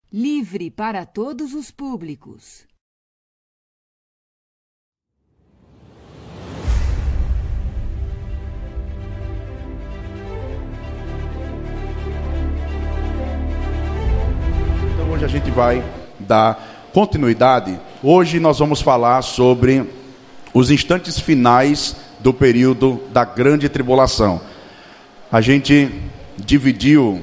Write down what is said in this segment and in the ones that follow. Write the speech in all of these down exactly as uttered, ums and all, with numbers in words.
Livre para todos os públicos. Então hoje a gente vai dar continuidade. Hoje nós vamos falar sobre os instantes finais do período da grande tribulação. A gente dividiu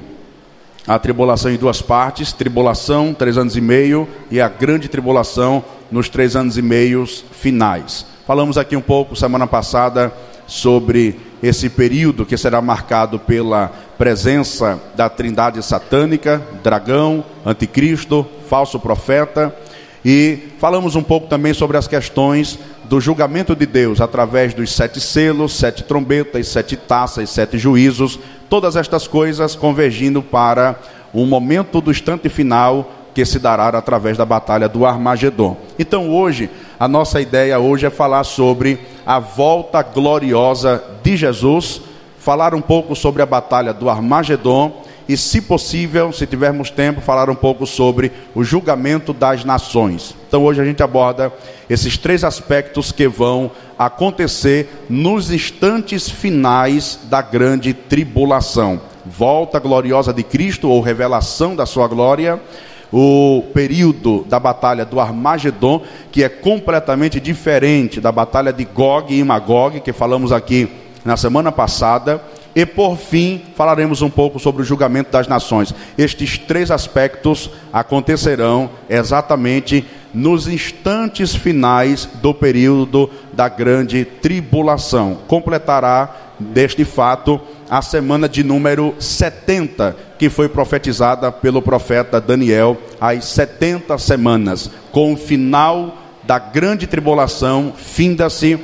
a tribulação em duas partes: tribulação, três anos e meio, e a grande tribulação nos três anos e meios finais. Falamos aqui um pouco semana passada sobre esse período que será marcado pela presença da trindade satânica, dragão, anticristo, falso profeta, e falamos um pouco também sobre as questões do julgamento de Deus através dos sete selos, sete trombetas, sete taças, sete juízos, todas estas coisas convergindo para o momento do instante final que se dará através da batalha do Armagedon. Então hoje, a nossa ideia hoje é falar sobre a volta gloriosa de Jesus, falar um pouco sobre a batalha do Armagedon e, se possível, se tivermos tempo, falar um pouco sobre o julgamento das nações. Então hoje a gente aborda esses três aspectos que vão acontecer nos instantes finais da grande tribulação: volta gloriosa de Cristo, ou revelação da sua glória, o período da batalha do Armagedon, que é completamente diferente da batalha de Gog e Magog, que falamos aqui na semana passada, e por fim falaremos um pouco sobre o julgamento das nações. Estes três aspectos acontecerão exatamente nos instantes finais do período da grande tribulação. Completará deste fato a semana de número setenta, que foi profetizada pelo profeta Daniel, as setenta semanas. Com o final da grande tribulação, finda-se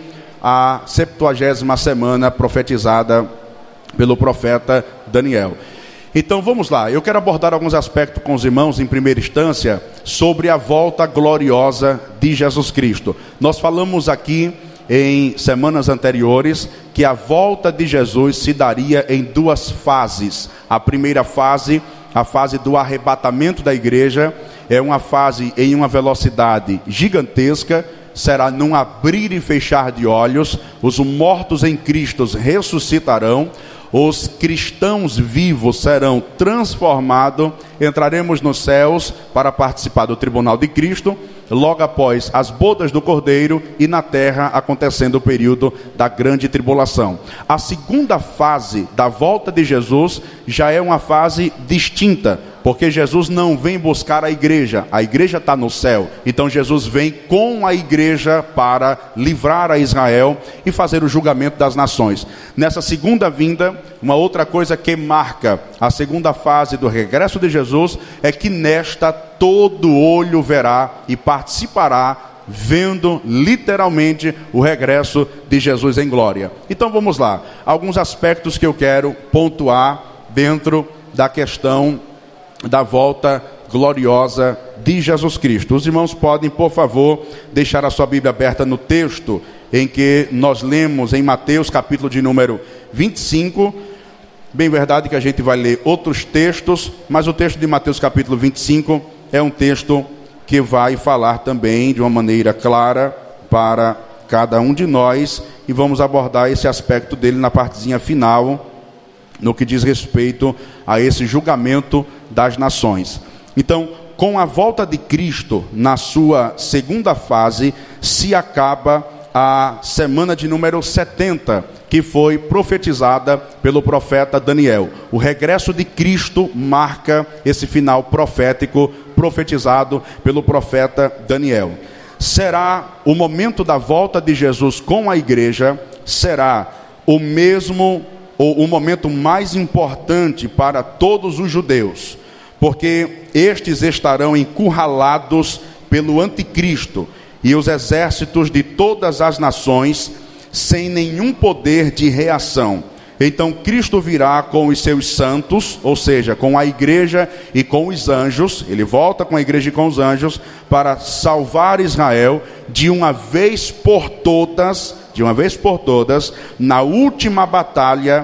a septuagésima semana profetizada pelo profeta Daniel. Então vamos lá, eu quero abordar alguns aspectos com os irmãos em primeira instância sobre a volta gloriosa de Jesus Cristo. Nós falamos aqui em semanas anteriores que a volta de Jesus se daria em duas fases. A primeira fase, a fase do arrebatamento da igreja, é uma fase em uma velocidade gigantesca, será num abrir e fechar de olhos. Os mortos em Cristo ressuscitarão, os cristãos vivos serão transformados, entraremos nos céus para participar do tribunal de Cristo, logo após as bodas do Cordeiro, e na terra acontecendo o período da grande tribulação. A segunda fase da volta de Jesus já é uma fase distinta, porque Jesus não vem buscar a igreja, a igreja está no céu. Então Jesus vem com a igreja para livrar a Israel e fazer o julgamento das nações. Nessa segunda vinda, uma outra coisa que marca a segunda fase do regresso de Jesus é que nesta todo olho verá e participará, vendo literalmente o regresso de Jesus em glória. Então vamos lá, alguns aspectos que eu quero pontuar dentro da questão da volta gloriosa de Jesus Cristo. Os irmãos podem, por favor, deixar a sua Bíblia aberta no texto em que nós lemos em Mateus, capítulo de número vinte e cinco. Bem verdade que a gente vai ler outros textos, mas o texto de Mateus, capítulo vinte e cinco, é um texto que vai falar também de uma maneira clara para cada um de nós, e vamos abordar esse aspecto dele na partezinha final, no que diz respeito a esse julgamento das nações. Então, com a volta de Cristo na sua segunda fase, se acaba a semana de número setenta, que foi profetizada pelo profeta Daniel. O regresso de Cristo marca esse final profético profetizado pelo profeta Daniel. Será o momento da volta de Jesus com a igreja, será o mesmo ou o momento mais importante para todos os judeus, porque estes estarão encurralados pelo anticristo e os exércitos de todas as nações, sem nenhum poder de reação. Então Cristo virá com os seus santos, ou seja, com a igreja e com os anjos. Ele volta com a igreja e com os anjos para salvar Israel de uma vez por todas, de uma vez por todas, na última batalha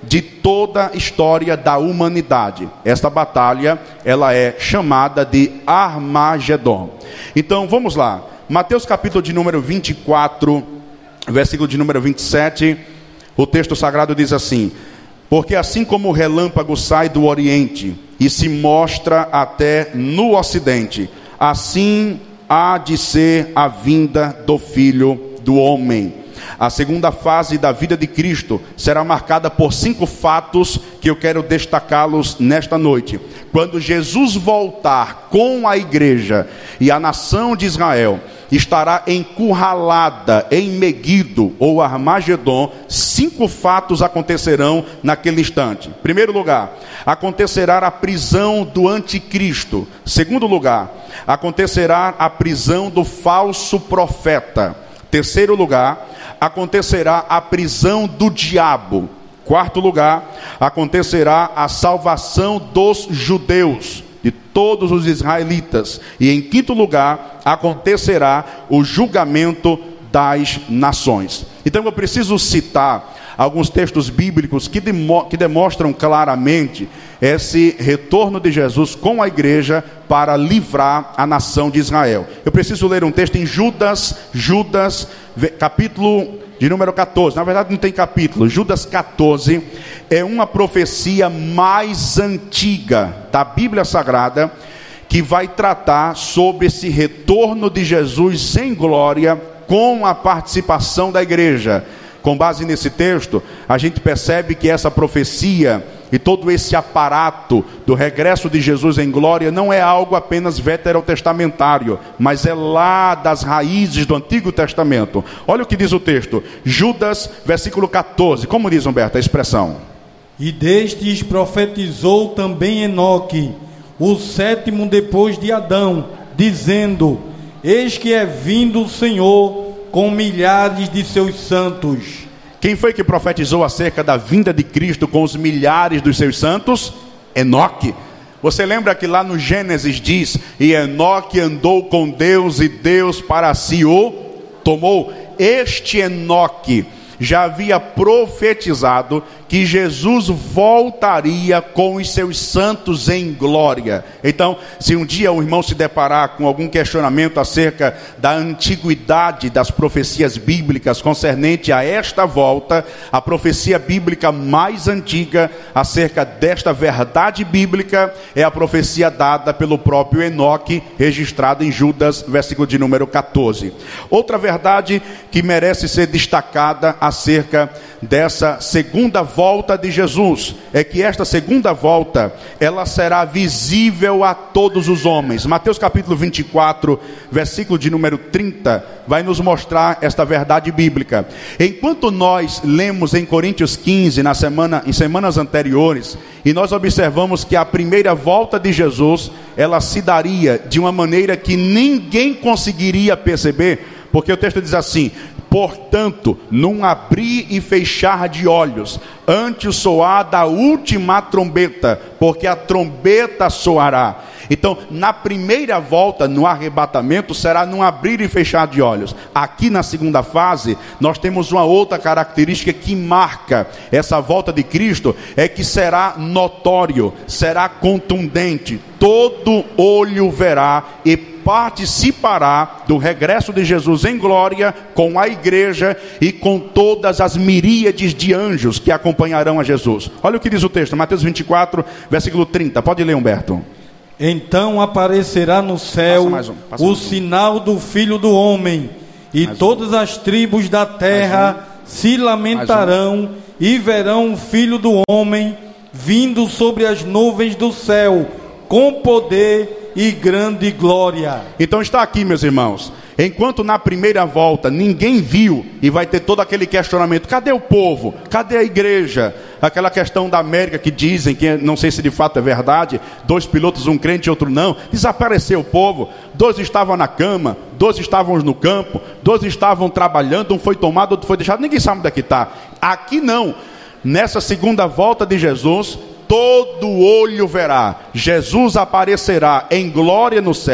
de toda a história da humanidade. Esta batalha, ela é chamada de Armagedon. Então, vamos lá. Mateus capítulo de número vinte e quatro, versículo de número vinte e sete, o texto sagrado diz assim: porque assim como o relâmpago sai do oriente e se mostra até no ocidente, assim há de ser a vinda do Filho do Homem. A segunda fase da vida de Cristo será marcada por cinco fatos que eu quero destacá-los nesta noite. Quando Jesus voltar com a igreja e a nação de Israel estará encurralada em Meguido ou Armagedon, cinco fatos acontecerão naquele instante. Em primeiro lugar, acontecerá a prisão do anticristo. Segundo lugar, acontecerá a prisão do falso profeta. Terceiro lugar, acontecerá a prisão do diabo. Quarto lugar, acontecerá a salvação dos judeus, de todos os israelitas. E em quinto lugar, acontecerá o julgamento das nações. Então eu preciso citar alguns textos bíblicos que, demo, que demonstram claramente esse retorno de Jesus com a igreja para livrar a nação de Israel. Eu preciso ler um texto em Judas, Judas, capítulo de número catorze. Na verdade não tem capítulo. Judas catorze é uma profecia mais antiga da Bíblia Sagrada, que vai tratar sobre esse retorno de Jesus em glória com a participação da igreja. Com base nesse texto, a gente percebe que essa profecia e todo esse aparato do regresso de Jesus em glória não é algo apenas veterotestamentário, mas é lá das raízes do Antigo Testamento. Olha o que diz o texto, Judas, versículo catorze. Como diz, Humberto, a expressão? E destes profetizou também Enoque, o sétimo depois de Adão, dizendo: eis que é vindo o Senhor com milhares de seus santos. Quem foi que profetizou acerca da vinda de Cristo com os milhares dos seus santos? Enoque. Você lembra que lá no Gênesis diz: e Enoque andou com Deus e Deus para si o tomou. Este Enoque já havia profetizado que Jesus voltaria com os seus santos em glória. Então, se um dia o irmão se deparar com algum questionamento acerca da antiguidade das profecias bíblicas concernente a esta volta, a profecia bíblica mais antiga acerca desta verdade bíblica é a profecia dada pelo próprio Enoque, registrada em Judas, versículo de número catorze. Outra verdade que merece ser destacada acerca dessa segunda volta de Jesus é que esta segunda volta, ela será visível a todos os homens. Mateus capítulo vinte e quatro, versículo de número trinta, vai nos mostrar esta verdade bíblica. Enquanto nós lemos em Coríntios quinze, na semana, em semanas anteriores, e nós observamos que a primeira volta de Jesus, ela se daria de uma maneira que ninguém conseguiria perceber, porque o texto diz assim: portanto, num abrir e fechar de olhos, antes o soar da última trombeta, porque a trombeta soará. Então, na primeira volta, no arrebatamento, será num abrir e fechar de olhos. Aqui na segunda fase, nós temos uma outra característica que marca essa volta de Cristo, é que será notório, será contundente, todo olho verá e participará do regresso de Jesus em glória com a igreja e com todas as miríades de anjos que acompanharão a Jesus. Olha o que diz o texto, Mateus vinte e quatro, versículo trinta. Pode ler, Humberto. Então aparecerá no céu um, o um. sinal do Filho do Homem, e mais todas um. as tribos da terra um. se lamentarão um. e verão o Filho do Homem vindo sobre as nuvens do céu, com poder e grande glória. Então está aqui, meus irmãos, enquanto na primeira volta ninguém viu, e vai ter todo aquele questionamento: cadê o povo? Cadê a igreja? Aquela questão da América que dizem, que não sei se de fato é verdade, dois pilotos, um crente e outro não, desapareceu o povo, dois estavam na cama, dois estavam no campo, dois estavam trabalhando, um foi tomado, outro foi deixado, ninguém sabe onde é que está. Aqui não, nessa segunda volta de Jesus, todo olho verá, Jesus aparecerá em glória no céu,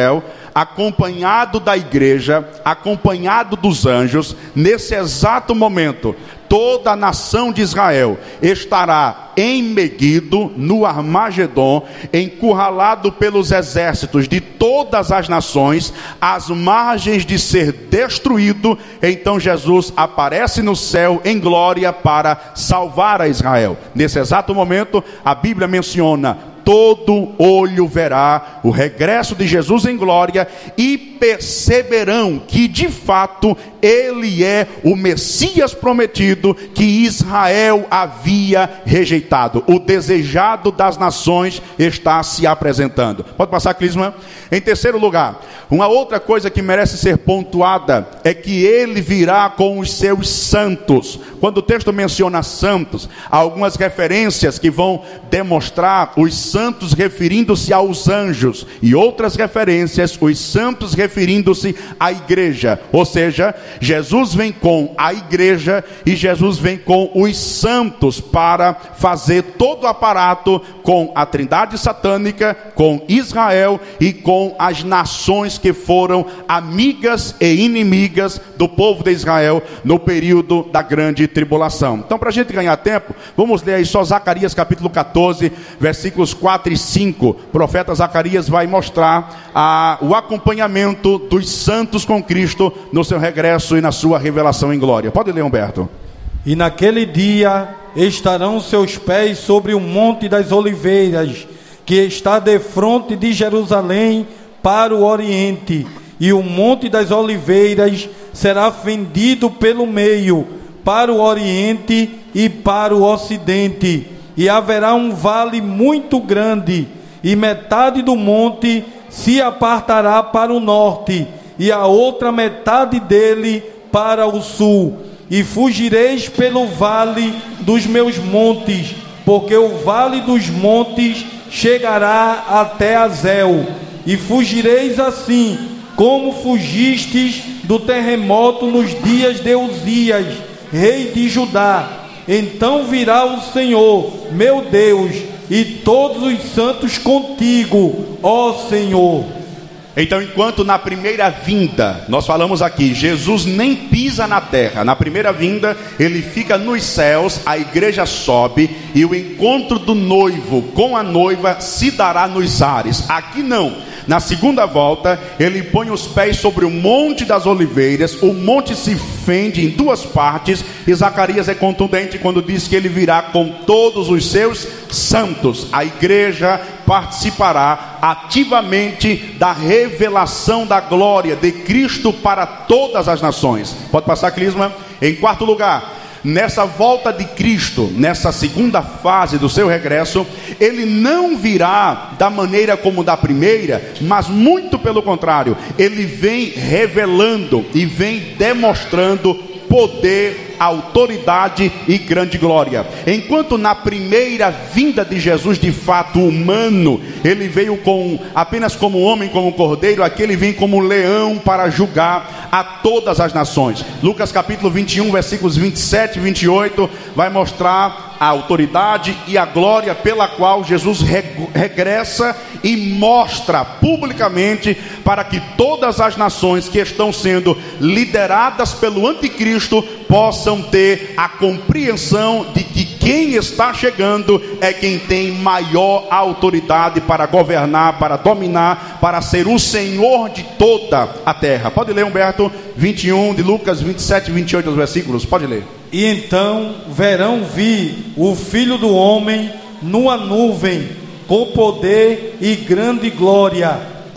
acompanhado da igreja, acompanhado dos anjos. Nesse exato momento, toda a nação de Israel estará em Meguido, no Armagedon, encurralado pelos exércitos de todas as nações, às margens de ser destruído. Então Jesus aparece no céu em glória para salvar a Israel. Nesse exato momento, a Bíblia menciona: todo olho verá o regresso de Jesus em glória e perceberão que de fato ele é o Messias prometido que Israel havia rejeitado. O desejado das nações está se apresentando. Pode passar, Clisma? Em terceiro lugar, uma outra coisa que merece ser pontuada é que ele virá com os seus santos. Quando o texto menciona santos, há algumas referências que vão demonstrar os santos referindo-se aos anjos, e outras referências, os santos referindo-se à igreja. Ou seja, Jesus vem com a igreja e Jesus vem com os santos para fazer todo o aparato com a trindade satânica, com Israel e com as nações que foram amigas e inimigas do povo de Israel no período da grande tribulação. Então, para a gente ganhar tempo, vamos ler aí só Zacarias capítulo catorze, versículos quatro e cinco. O profeta Zacarias vai mostrar a, o acompanhamento dos santos com Cristo no seu regresso e na sua revelação em glória. Pode ler, Humberto. E naquele dia estarão seus pés sobre o monte das oliveiras, que está defronte de Jerusalém para o oriente, e o monte das oliveiras será fendido pelo meio, para o oriente e para o ocidente, e haverá um vale muito grande, e metade do monte se apartará para o norte, e a outra metade dele para o sul. E fugireis pelo vale dos meus montes, porque o vale dos montes chegará até Azel. E fugireis assim, como fugistes do terremoto nos dias de Uzias, rei de Judá. Então virá o Senhor, meu Deus, e todos os santos contigo, ó Senhor. Então, enquanto na primeira vinda, nós falamos aqui, Jesus nem pisa na terra. Na primeira vinda, ele fica nos céus, a igreja sobe, e o encontro do noivo com a noiva se dará nos ares. Aqui não. Na segunda volta, ele põe os pés sobre o monte das oliveiras, o monte se fende em duas partes, e Zacarias é contundente quando diz que ele virá com todos os seus santos. A igreja participará ativamente da revelação da glória de Cristo para todas as nações. Pode passar, Clisma? Em quarto lugar, nessa volta de Cristo, nessa segunda fase do seu regresso, ele não virá da maneira como da primeira, mas muito pelo contrário, ele vem revelando e vem demonstrando poder, autoridade e grande glória. Enquanto na primeira vinda de Jesus, de fato humano, ele veio com, apenas como homem, como cordeiro, aqui ele vem como leão para julgar a todas as nações. Lucas capítulo vinte e um, versículos vinte e sete e vinte e oito, vai mostrar a autoridade e a glória pela qual Jesus regressa e mostra publicamente para que todas as nações que estão sendo lideradas pelo anticristo possam ter a compreensão de que quem está chegando é quem tem maior autoridade para governar, para dominar, para ser o Senhor de toda a terra. Pode ler, Humberto, vinte e um de Lucas, vinte e sete e vinte e oito os versículos, pode ler. E então verão vir o Filho do Homem numa nuvem, com poder e grande glória.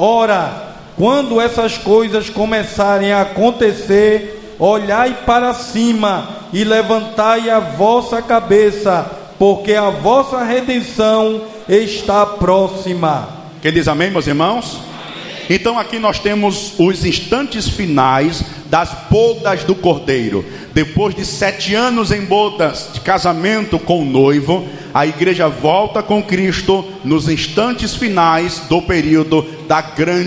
Ora, quando essas coisas começarem a acontecer, olhai para cima e levantai a vossa cabeça, porque a vossa redenção está próxima. Quem diz amém, meus irmãos? Então aqui nós temos os instantes finais das bodas do Cordeiro. Depois de sete anos em bodas de casamento com o noivo, a igreja volta com Cristo nos instantes finais do período da grande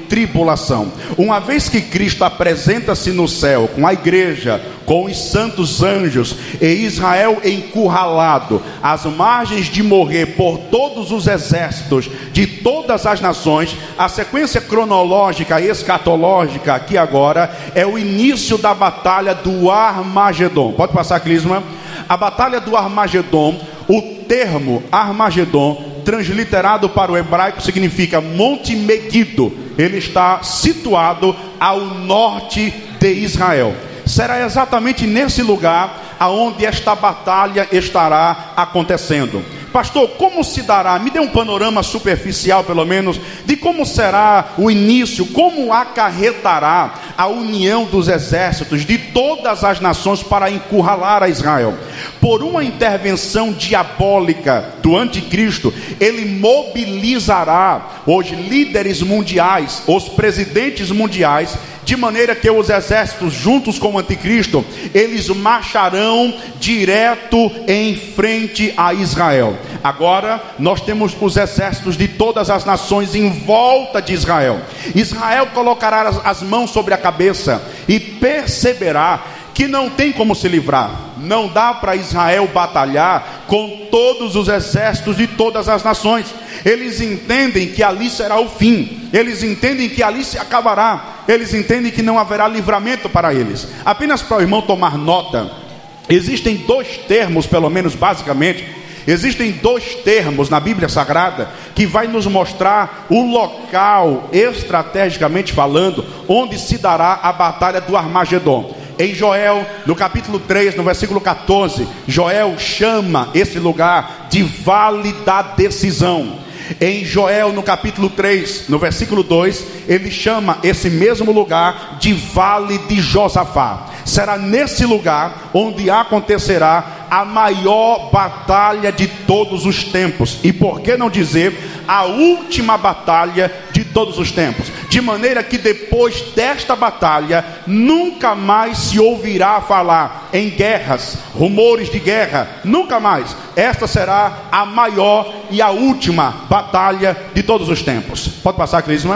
tribulação. Uma vez que Cristo apresenta-se no céu com a igreja, com os santos anjos, e Israel encurralado às margens de morrer por todos os exércitos de todas as nações, a sequência cronológica e escatológica aqui agora é o início da batalha do Armagedon. Pode passar, Clisma? A batalha do Armagedon, o termo Armagedon, transliterado para o hebraico, significa Monte Meguido. Ele está situado ao norte de Israel. Será exatamente nesse lugar aonde esta batalha estará acontecendo. Pastor, como se dará? Me dê um panorama superficial, pelo menos, de como será o início, como acarretará a união dos exércitos de todas as nações para encurralar a Israel. Por uma intervenção diabólica do anticristo, ele mobilizará os líderes mundiais, os presidentes mundiais, de maneira que os exércitos juntos com o anticristo, eles marcharão direto em frente a Israel. Agora nós temos os exércitos de todas as nações em volta de Israel. Israel colocará as, as mãos sobre a cabeça e perceberá que não tem como se livrar. Não dá para Israel batalhar com todos os exércitos de todas as nações. Eles entendem que ali será o fim. Eles entendem que ali se acabará. Eles entendem que não haverá livramento para eles. Apenas para o irmão tomar nota, existem dois termos, pelo menos basicamente, existem dois termos na Bíblia Sagrada que vai nos mostrar o local, estrategicamente falando, onde se dará a batalha do Armagedon. Em Joel, no capítulo três, no versículo catorze, Joel chama esse lugar de Vale da Decisão. Em Joel, no capítulo três, no versículo dois, ele chama esse mesmo lugar de Vale de Josafá. Será nesse lugar onde acontecerá a maior batalha de todos os tempos. E por que não dizer a última batalha de todos os tempos? De maneira que depois desta batalha nunca mais se ouvirá falar em guerras, rumores de guerra, nunca mais. Esta será a maior e a última batalha de todos os tempos. Pode passar, Crisma?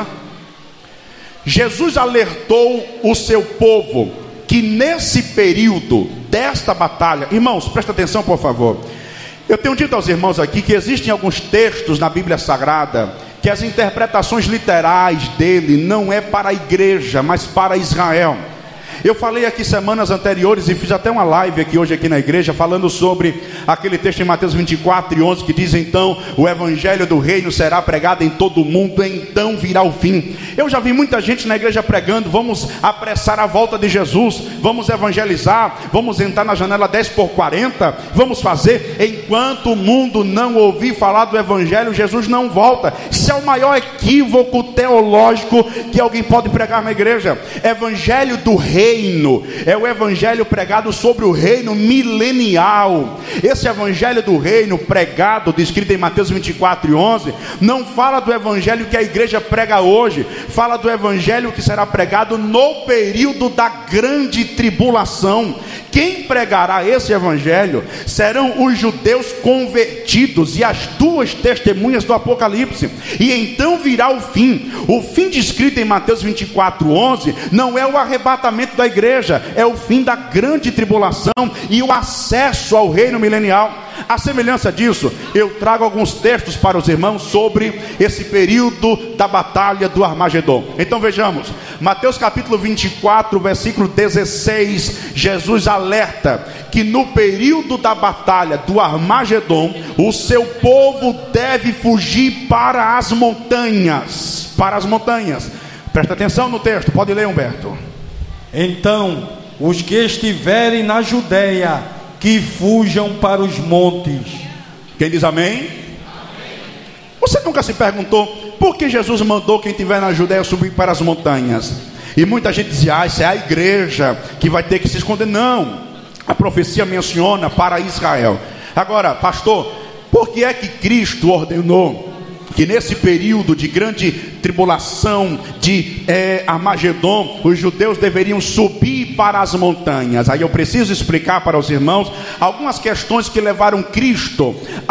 Jesus alertou o seu povo que nesse período desta batalha, irmãos, presta atenção por favor. Eu tenho dito aos irmãos aqui que existem alguns textos na Bíblia Sagrada que as interpretações literais dele não é para a igreja, mas para Israel. Eu falei aqui semanas anteriores e fiz até uma live aqui hoje aqui na igreja falando sobre aquele texto em Mateus vinte e quatro e onze que diz: então o evangelho do reino será pregado em todo o mundo, então virá o fim. Eu já vi muita gente na igreja pregando: vamos apressar a volta de Jesus, vamos evangelizar, vamos entrar na janela dez por quarenta, vamos fazer. Enquanto o mundo não ouvir falar do evangelho, Jesus não volta. Isso é o maior equívoco teológico que alguém pode pregar na igreja. Evangelho do reino é o evangelho pregado sobre o reino milenial. Esse evangelho do reino pregado, descrito em Mateus vinte e quatro e onze, não fala do evangelho que a igreja prega hoje, fala do evangelho que será pregado no período da grande tribulação. Quem pregará esse evangelho serão os judeus convertidos e as duas testemunhas do Apocalipse. E então virá o fim. O fim descrito em Mateus vinte e quatro, onze não é o arrebatamento da igreja, é o fim da grande tribulação e o acesso ao reino milenial. A semelhança disso, eu trago alguns textos para os irmãos sobre esse período da batalha do Armagedon. Então vejamos, Mateus capítulo vinte e quatro, versículo dezesseis, Jesus alerta que no período da batalha do Armagedon, o seu povo deve fugir para as montanhas, para as montanhas. Presta atenção no texto, pode ler, Humberto. Então, os que estiverem na Judeia, que fujam para os montes. Quem diz amém? Amém. Você nunca se perguntou por que Jesus mandou quem estiver na Judeia subir para as montanhas? E muita gente dizia: ah, isso é a igreja que vai ter que se esconder. Não, a profecia menciona para Israel. Agora, pastor, por que é que Cristo ordenou que nesse período de grande tribulação, de é, Armagedon, os judeus deveriam subir para as montanhas. Aí eu preciso explicar para os irmãos algumas questões que levaram Cristo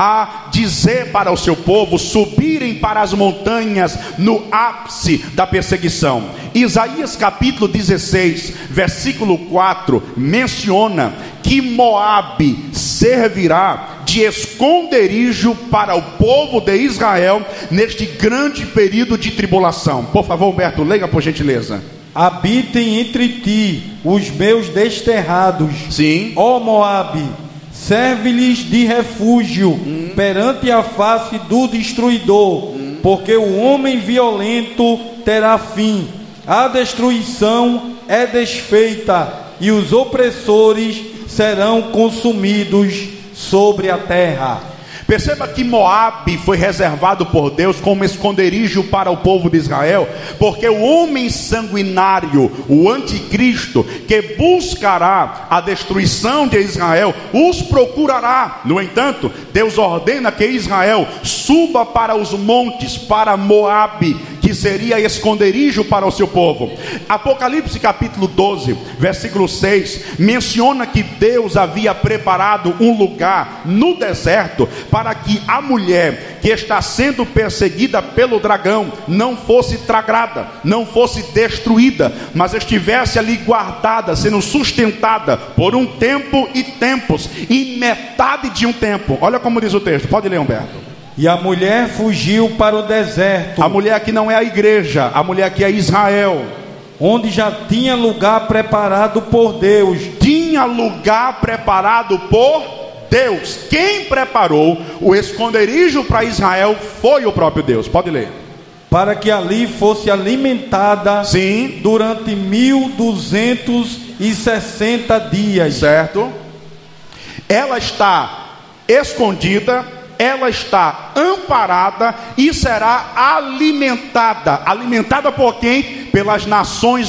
a dizer para o seu povo subirem para as montanhas no ápice da perseguição. Isaías capítulo dezesseis, versículo quatro, menciona que Moabe servirá de esconderijo para o povo de Israel neste grande período de tribulação. Por favor, Humberto, leia por gentileza. Habitem entre ti os meus desterrados. Sim. Ó Moabe, serve-lhes de refúgio hum. perante a face do destruidor, hum. porque o homem violento terá fim. A destruição é desfeita e os opressores serão consumidos sobre a terra. Perceba que Moabe foi reservado por Deus como esconderijo para o povo de Israel, porque o homem sanguinário, o anticristo, que buscará a destruição de Israel, os procurará. No entanto, Deus ordena que Israel suba para os montes, para Moabe, que seria esconderijo para o seu povo. Apocalipse capítulo doze, versículo seis, menciona que Deus havia preparado um lugar no deserto para que a mulher que está sendo perseguida pelo dragão não fosse tragada, não fosse destruída, mas estivesse ali guardada, sendo sustentada por um tempo e tempos, e metade de um tempo. Olha como diz o texto, pode ler, Humberto. E a mulher fugiu para o deserto. A mulher que não é a igreja, a mulher que é Israel, onde já tinha lugar preparado por Deus. Tinha lugar preparado por Deus. Quem preparou o esconderijo para Israel foi o próprio Deus. Pode ler. Para que ali fosse alimentada. Sim. Durante mil duzentos e sessenta dias. Certo. Ela está escondida, ela está amparada e será alimentada. Alimentada por quem? Pelas nações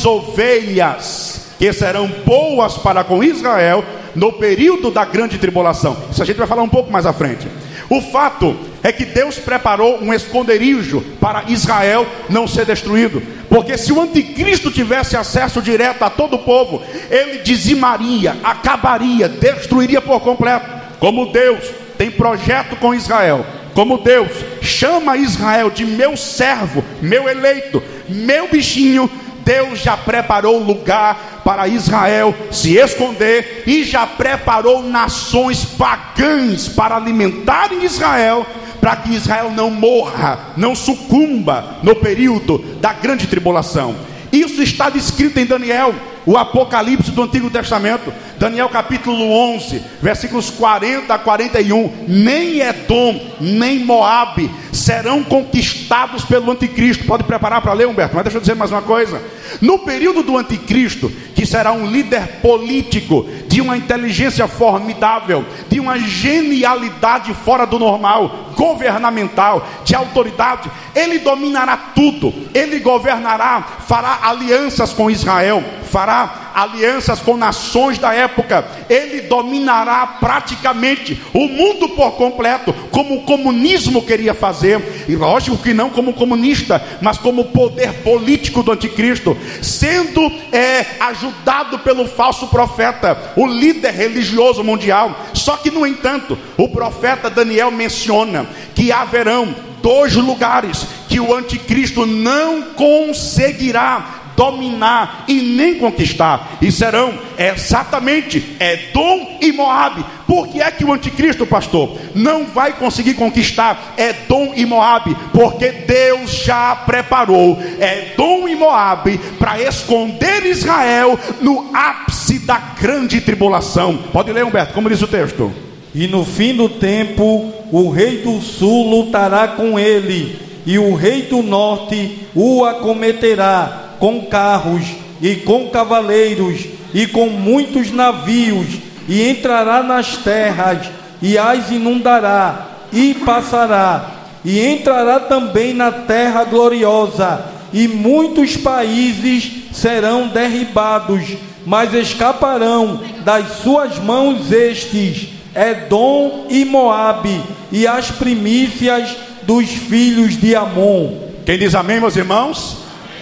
ovelhas, que serão boas para com Israel no período da grande tribulação. Isso a gente vai falar um pouco mais à frente. O fato é que Deus preparou um esconderijo para Israel não ser destruído, porque se o anticristo tivesse acesso direto a todo o povo, ele dizimaria, acabaria, destruiria por completo. Como Deus tem projeto com Israel, como Deus chama Israel de meu servo, meu eleito, meu bichinho, Deus já preparou lugar para Israel se esconder e já preparou nações pagãs para alimentarem Israel, para que Israel não morra, não sucumba no período da grande tribulação. Isso está descrito em Daniel, o Apocalipse do Antigo Testamento. Daniel capítulo onze, versículos quarenta a quarenta e um. Nem Edom, nem Moabe serão conquistados pelo anticristo. Pode preparar para ler, Humberto, mas deixa eu dizer mais uma coisa. No período do anticristo, que será um líder político, de uma inteligência formidável, de uma genialidade fora do normal, governamental, de autoridade, ele dominará tudo, ele governará, fará alianças com Israel, fará alianças com nações da época, ele dominará praticamente o mundo por completo, como o comunismo queria fazer, e lógico que não como comunista, mas como poder político do anticristo, sendo é, ajudado pelo falso profeta, o líder religioso mundial. Só que no entanto, o profeta Daniel menciona que haverão dois lugares que o anticristo não conseguirá dominar e nem conquistar, e serão exatamente Edom e Moabe. Por que é que o anticristo, pastor, não vai conseguir conquistar Edom e Moabe? Porque Deus já preparou Edom e Moabe para esconder Israel no ápice da grande tribulação. Pode ler, Humberto, como diz o texto. E no fim do tempo, o rei do sul lutará com ele, e o rei do norte o acometerá com carros e com cavaleiros e com muitos navios, e entrará nas terras e as inundará e passará, e entrará também na terra gloriosa, e muitos países serão derribados, mas escaparão das suas mãos estes, Edom e Moabe, e as primícias dos filhos de Amon. Quem diz amém, meus irmãos?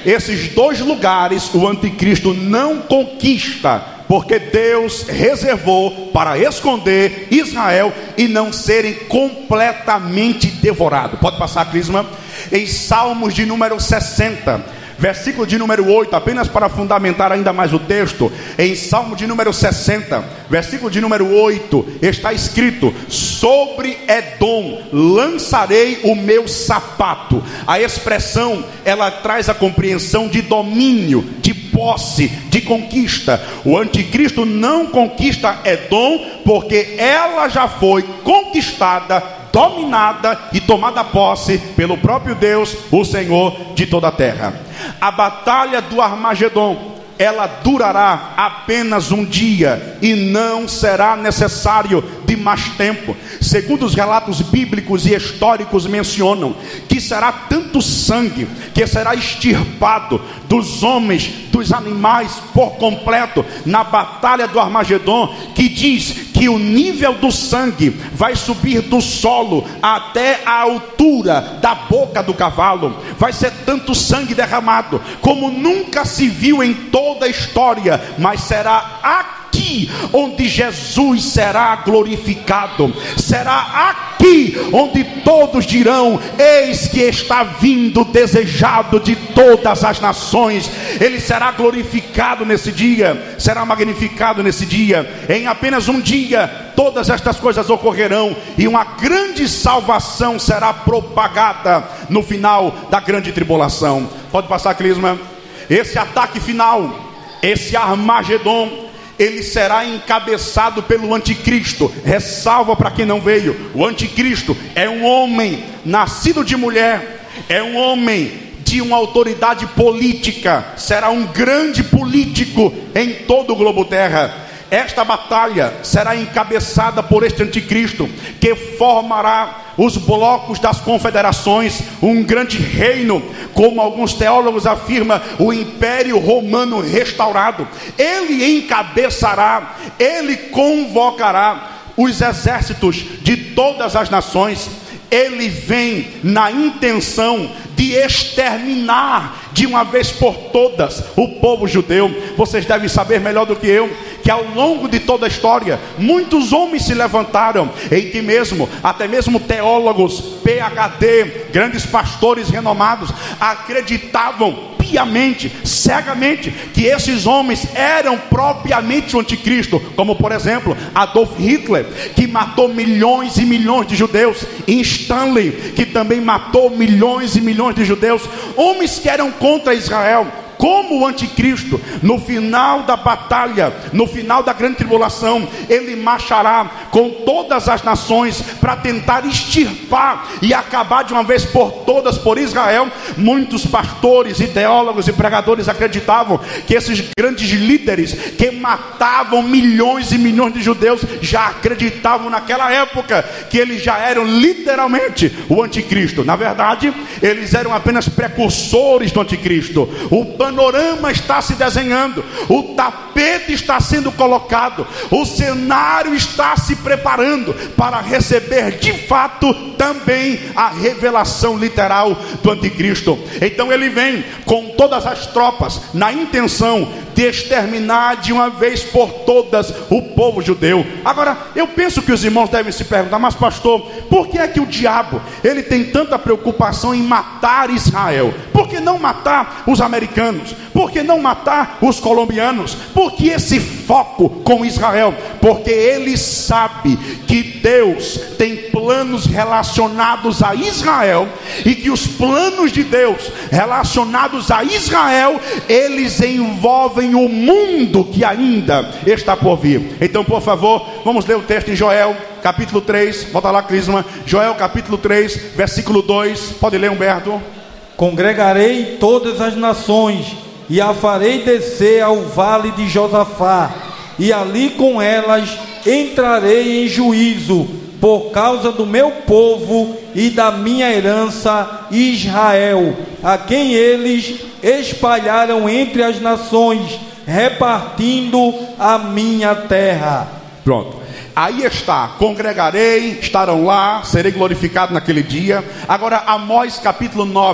esses dois lugares o anticristo não conquista, porque Deus reservou para esconder Israel e não serem completamente devorados. Pode passar, Crisma? Em Salmos de número sessenta, versículo de número oito, apenas para fundamentar ainda mais o texto. Em Salmo de número sessenta, versículo de número oito, está escrito: sobre Edom lançarei o meu sapato. A expressão, ela traz a compreensão de domínio, de posse, de conquista. O anticristo não conquista Edom, porque ela já foi conquistada, dominada e tomada posse pelo próprio Deus, o Senhor de toda a terra. A batalha do Armagedon, ela durará apenas um dia e não será necessário de mais tempo. Segundo os relatos bíblicos e históricos mencionam que será tanto sangue que será extirpado dos homens, dos animais por completo na batalha do Armagedon, que diz que o nível do sangue vai subir do solo até a altura da boca do cavalo. Vai ser tanto sangue derramado como nunca se viu em toda a história, mas será aqui onde Jesus será glorificado. Será aqui onde todos dirão: eis que está vindo o desejado de todas as nações. Ele será glorificado nesse dia, será magnificado nesse dia. Em apenas um dia todas estas coisas ocorrerão e uma grande salvação será propagada no final da grande tribulação. Pode passar, Clisma? Esse ataque final, esse Armagedon, ele será encabeçado pelo anticristo. Ressalva para quem não veio: o anticristo é um homem nascido de mulher, é um homem de uma autoridade política, será um grande político em todo o globo terra. Esta batalha será encabeçada por este anticristo, que formará os blocos das confederações, um grande reino, como alguns teólogos afirmam, o Império Romano restaurado. Ele encabeçará, ele convocará os exércitos de todas as nações. Ele vem na intenção de exterminar de uma vez por todas o povo judeu. Vocês devem saber melhor do que eu que ao longo de toda a história muitos homens se levantaram, em que mesmo, até mesmo teólogos, P H D, grandes pastores renomados, acreditavam piamente, cegamente, que esses homens eram propriamente o anticristo, como por exemplo Adolf Hitler, que matou milhões e milhões de judeus, e Stanley, que também matou milhões e milhões de judeus, homens que eram contra Israel. Como o anticristo, no final da batalha, no final da grande tribulação, ele marchará com todas as nações para tentar extirpar e acabar de uma vez por todas por Israel. Muitos pastores e teólogos e pregadores acreditavam que esses grandes líderes que matavam milhões e milhões de judeus já acreditavam naquela época que eles já eram literalmente o anticristo. Na verdade, eles eram apenas precursores do anticristo. O panorama está se desenhando, o tapete está sendo colocado, o cenário está se preparando para receber de fato também a revelação literal do anticristo. Então ele vem com todas as tropas na intenção de exterminar de uma vez por todas o povo judeu. Agora, eu penso que os irmãos devem se perguntar: mas pastor, por que é que o diabo ele tem tanta preocupação em matar Israel? Por que não matar os americanos? Por que não matar os colombianos? Por que esse foco com Israel? Porque ele sabe que Deus tem planos relacionados a Israel, e que os planos de Deus relacionados a Israel, eles envolvem o mundo que ainda está por vir. Então, por favor, vamos ler o texto em Joel capítulo três. Volta lá, Crisma. Joel capítulo três, versículo dois. Pode ler, Humberto. Congregarei todas as nações e a farei descer ao vale de Josafá, e ali com elas entrarei em juízo por causa do meu povo e da minha herança Israel, a quem eles espalharam entre as nações, repartindo a minha terra. Pronto. Aí está: congregarei, estarão lá, serei glorificado naquele dia. Agora, Amós capítulo nove,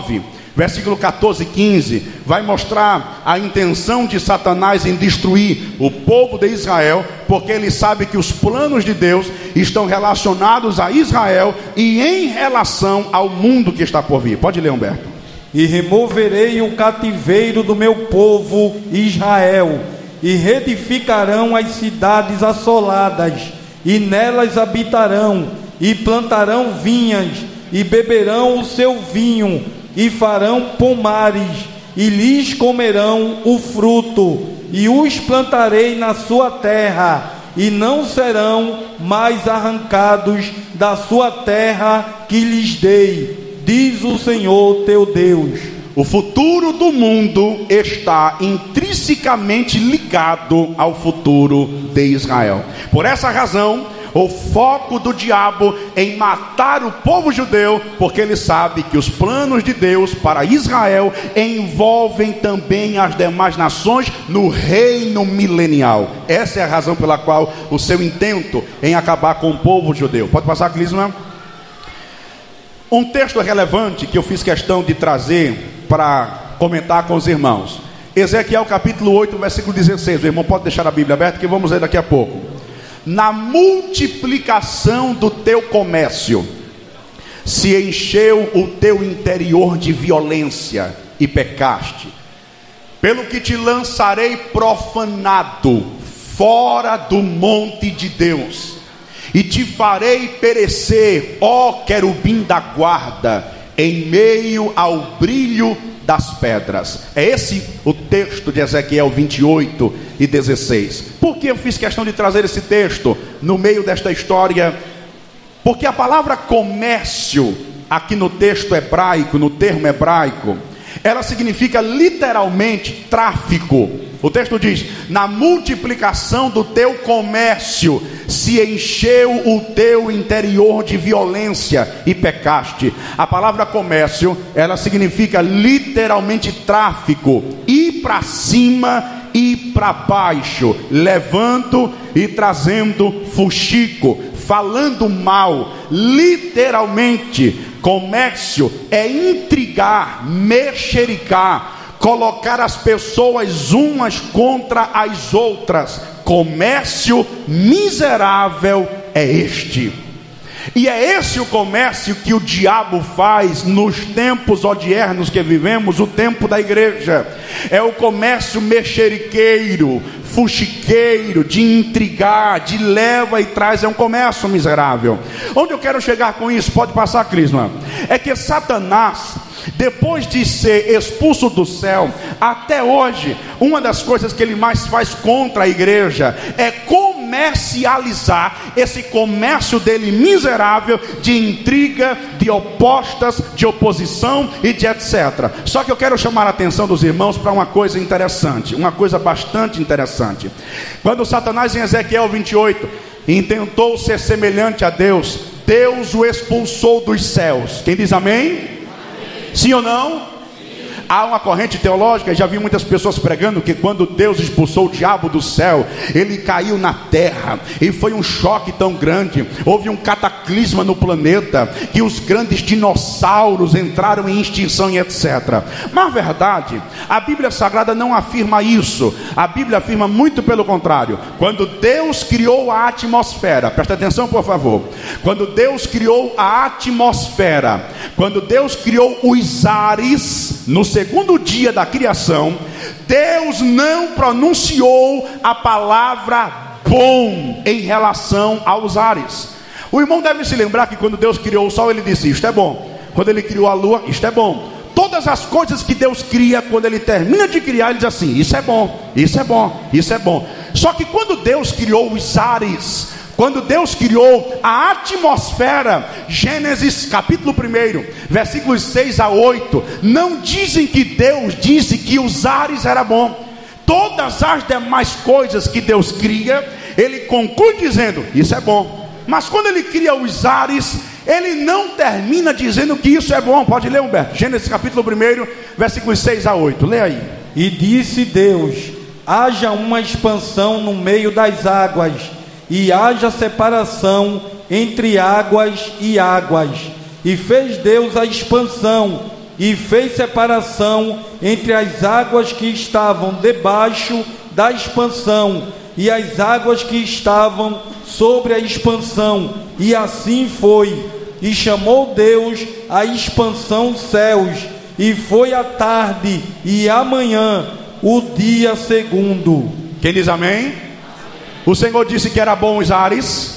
Versículo catorze e quinze vai mostrar a intenção de Satanás em destruir o povo de Israel, porque ele sabe que os planos de Deus estão relacionados a Israel e em relação ao mundo que está por vir. Pode ler, Humberto. E removerei o cativeiro do meu povo Israel, e reedificarão as cidades assoladas, e nelas habitarão, e plantarão vinhas, e beberão o seu vinho, e farão pomares, e lhes comerão o fruto, e os plantarei na sua terra, e não serão mais arrancados da sua terra que lhes dei, diz o Senhor teu Deus. O futuro do mundo está intrinsecamente ligado ao futuro de Israel. Por essa razão, o foco do diabo em matar o povo judeu, porque ele sabe que os planos de Deus para Israel envolvem também as demais nações no reino milenial. Essa é a razão pela qual o seu intento em acabar com o povo judeu. Pode passar, Clisma? Um texto relevante que eu fiz questão de trazer para comentar com os irmãos. Ezequiel capítulo oito, versículo dezesseis. O irmão pode deixar a Bíblia aberta que vamos ler daqui a pouco. Na multiplicação do teu comércio se encheu o teu interior de violência e pecaste, pelo que te lançarei profanado fora do monte de Deus, e te farei perecer, ó querubim da guarda, em meio ao brilho das pedras. É esse o texto de Ezequiel vinte e oito e dezesseis. Por que eu fiz questão de trazer esse texto no meio desta história? Porque a palavra comércio, aqui no texto hebraico, no termo hebraico, ela significa literalmente tráfico. O texto diz: na multiplicação do teu comércio se encheu o teu interior de violência e pecaste. A palavra comércio, ela significa literalmente tráfico, ir para cima e para baixo, levando e trazendo fuxico, falando mal. Literalmente, comércio é intrigar, mexericar, colocar as pessoas umas contra as outras. Comércio miserável é este. E é esse o comércio que o diabo faz nos tempos odiernos que vivemos, o tempo da igreja. É o comércio mexeriqueiro, fuxiqueiro, de intrigar, de leva e traz. É um comércio miserável. Onde eu quero chegar com isso? Pode passar, Crisma. É que Satanás, depois de ser expulso do céu, até hoje, uma das coisas que ele mais faz contra a igreja é comercializar esse comércio dele miserável de intriga, de opostas, de oposição e de etcétera. Só que eu quero chamar a atenção dos irmãos para uma coisa interessante, uma coisa bastante interessante. Quando Satanás, em Ezequiel vinte e oito, intentou ser semelhante a Deus, Deus o expulsou dos céus. Quem diz amém? Sim ou não? Há uma corrente teológica, já vi muitas pessoas pregando que quando Deus expulsou o diabo do céu, ele caiu na terra, e foi um choque tão grande, houve um cataclisma no planeta, que os grandes dinossauros entraram em extinção e etcétera. Mas a verdade, a Bíblia Sagrada não afirma isso. A Bíblia afirma muito pelo contrário. Quando Deus criou a atmosfera, presta atenção por favor, quando Deus criou a atmosfera, quando Deus criou os ares, no segundo dia da criação, Deus não pronunciou a palavra bom em relação aos ares. O irmão deve se lembrar que quando Deus criou o sol, ele disse: isto é bom. Quando ele criou a lua, isto é bom. Todas as coisas que Deus cria, quando ele termina de criar, ele diz assim: isso é bom, isso é bom, isso é bom. Só que quando Deus criou os ares, quando Deus criou a atmosfera, Gênesis capítulo um, versículos seis a oito, não dizem que Deus disse que os ares era bom. Todas as demais coisas que Deus cria, ele conclui dizendo: isso é bom. Mas quando ele cria os ares, ele não termina dizendo que isso é bom. Pode ler, Humberto. Gênesis capítulo um, versículos seis a oito. Lê aí. E disse Deus: haja uma expansão no meio das águas, e haja separação entre águas e águas. E fez Deus a expansão, e fez separação entre as águas que estavam debaixo da expansão e as águas que estavam sobre a expansão, e assim foi. E chamou Deus a expansão céus, e foi a tarde e a manhã o dia segundo. Quem diz amém? O Senhor disse que era bom os ares.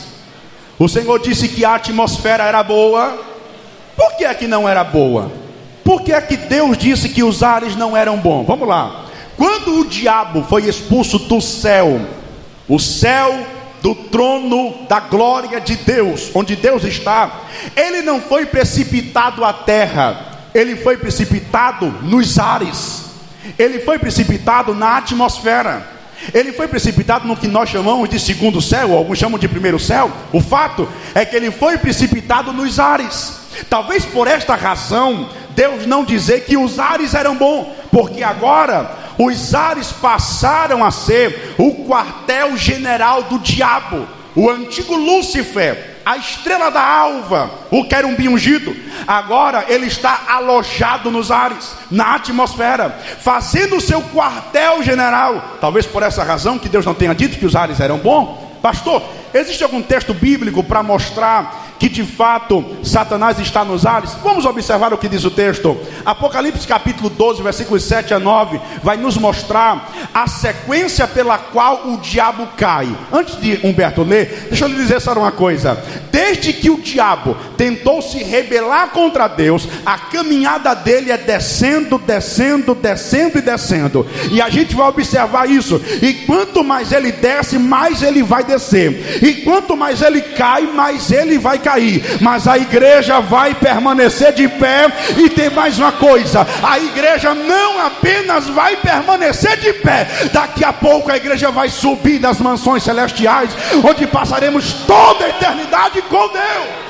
O Senhor disse que a atmosfera era boa. Por que é que não era boa? Por que é que Deus disse que os ares não eram bons? Vamos lá. Quando o diabo foi expulso do céu, o céu do trono da glória de Deus, onde Deus está, ele não foi precipitado à terra, ele foi precipitado nos ares, ele foi precipitado na atmosfera, ele foi precipitado no que nós chamamos de segundo céu, ou alguns chamam de primeiro céu. O fato é que ele foi precipitado nos ares. Talvez por esta razão Deus não dizer que os ares eram bons, porque agora os ares passaram a ser o quartel-general do diabo. O antigo Lúcifer, a estrela da alva, o querubim ungido, agora ele está alojado nos ares, na atmosfera, fazendo o seu quartel-general. Talvez por essa razão que Deus não tenha dito que os ares eram bons. Pastor, existe algum texto bíblico para mostrar que de fato Satanás está nos ares? Vamos observar o que diz o texto. Apocalipse capítulo doze, versículos sete a nove, vai nos mostrar a sequência pela qual o diabo cai. Antes de Humberto ler, deixa eu lhe dizer só uma coisa. Desde que o diabo tentou se rebelar contra Deus, a caminhada dele é descendo, descendo, descendo e descendo. E a gente vai observar isso. E quanto mais ele desce, mais ele vai descer. E quanto mais ele cai, mais ele vai cair. Mas a igreja vai permanecer de pé. E tem mais uma coisa: a igreja não apenas vai permanecer de pé, daqui a pouco a igreja vai subir nas mansões celestiais, onde passaremos toda a eternidade com Deus.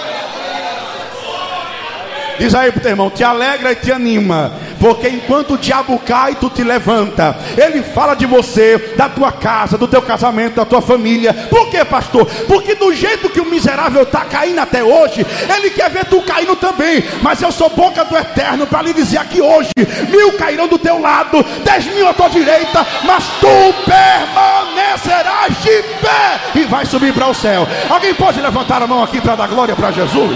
Diz aí pro teu irmão, te alegra e te anima, porque enquanto o diabo cai, tu te levanta. Ele fala de você, da tua casa, do teu casamento, da tua família. Por que, pastor? Porque do jeito que o miserável está caindo até hoje, ele quer ver tu caindo também. Mas eu sou boca do eterno para lhe dizer aqui hoje: mil cairão do teu lado, dez mil à tua direita, mas tu permanecerás de pé e vai subir para o céu. Alguém pode levantar a mão aqui para dar glória para Jesus?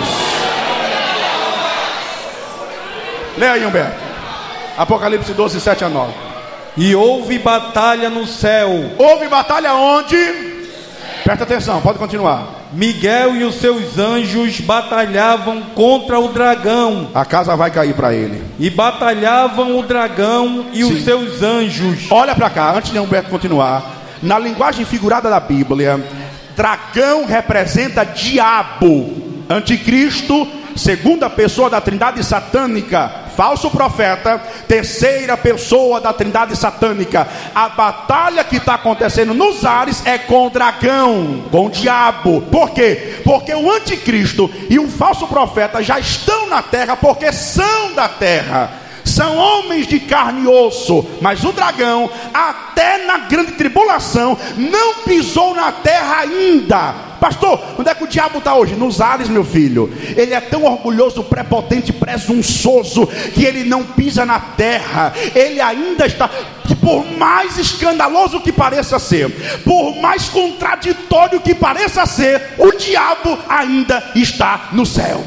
Leia aí, Humberto. Apocalipse doze, sete a nove. E houve batalha no céu. Houve batalha onde? Presta atenção, pode continuar. Miguel e os seus anjos batalhavam contra o dragão. A casa vai cair para ele. E batalhavam o dragão e Sim. os seus anjos. Olha para cá, antes de Humberto continuar. Na linguagem figurada da Bíblia, dragão representa diabo, anticristo, segunda pessoa da trindade satânica, falso profeta, terceira pessoa da trindade satânica. A batalha que está acontecendo nos ares é com o dragão, com o diabo. Por quê? Porque o anticristo e o falso profeta já estão na terra, porque são da terra, são homens de carne e osso. Mas o dragão, até na grande tribulação, não pisou na terra ainda. Pastor, onde é que o diabo está hoje? Nos ares, meu filho. Ele é tão orgulhoso, prepotente, presunçoso, que ele não pisa na terra. Ele ainda está, por mais escandaloso que pareça ser, por mais contraditório que pareça ser, o diabo ainda está no céu.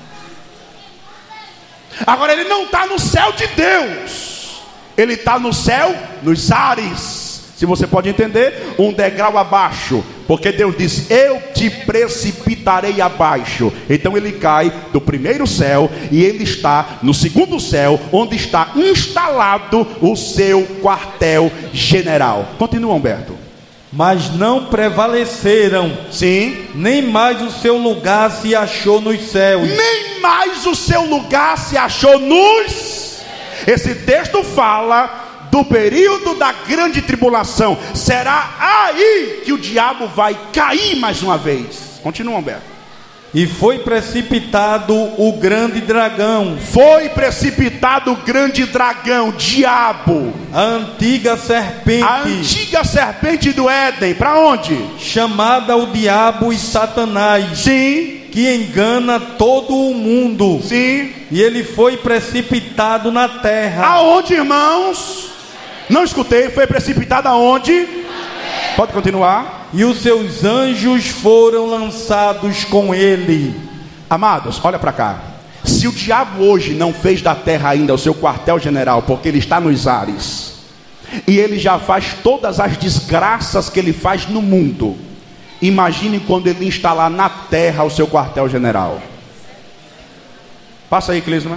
Agora ele não está no céu de Deus, ele está no céu, nos ares. Se você pode entender, um degrau abaixo, porque Deus disse: eu te precipitarei abaixo. Então ele cai do primeiro céu e ele está no segundo céu, onde está instalado o seu quartel general. Continua, Humberto. Mas não prevaleceram. Sim. Nem mais o seu lugar se achou nos céus. Nem mais o seu lugar se achou nos... Esse texto fala do período da grande tribulação. Será aí que o diabo vai cair mais uma vez. Continua, Humberto. E foi precipitado o grande dragão. Foi precipitado o grande dragão, diabo. A antiga serpente. A antiga serpente do Éden. Para onde? Chamada o diabo e Satanás. Sim. que engana todo o mundo. Sim. E ele foi precipitado na terra. Aonde, irmãos? Não escutei. Foi precipitado aonde? Pode continuar. E os seus anjos foram lançados com ele. Amados, olha para cá. Se o diabo hoje não fez da terra ainda o seu quartel-general, porque ele está nos ares, e ele já faz todas as desgraças que ele faz no mundo, imagine quando ele instalar na terra o seu quartel-general. Passa aí, Clisma.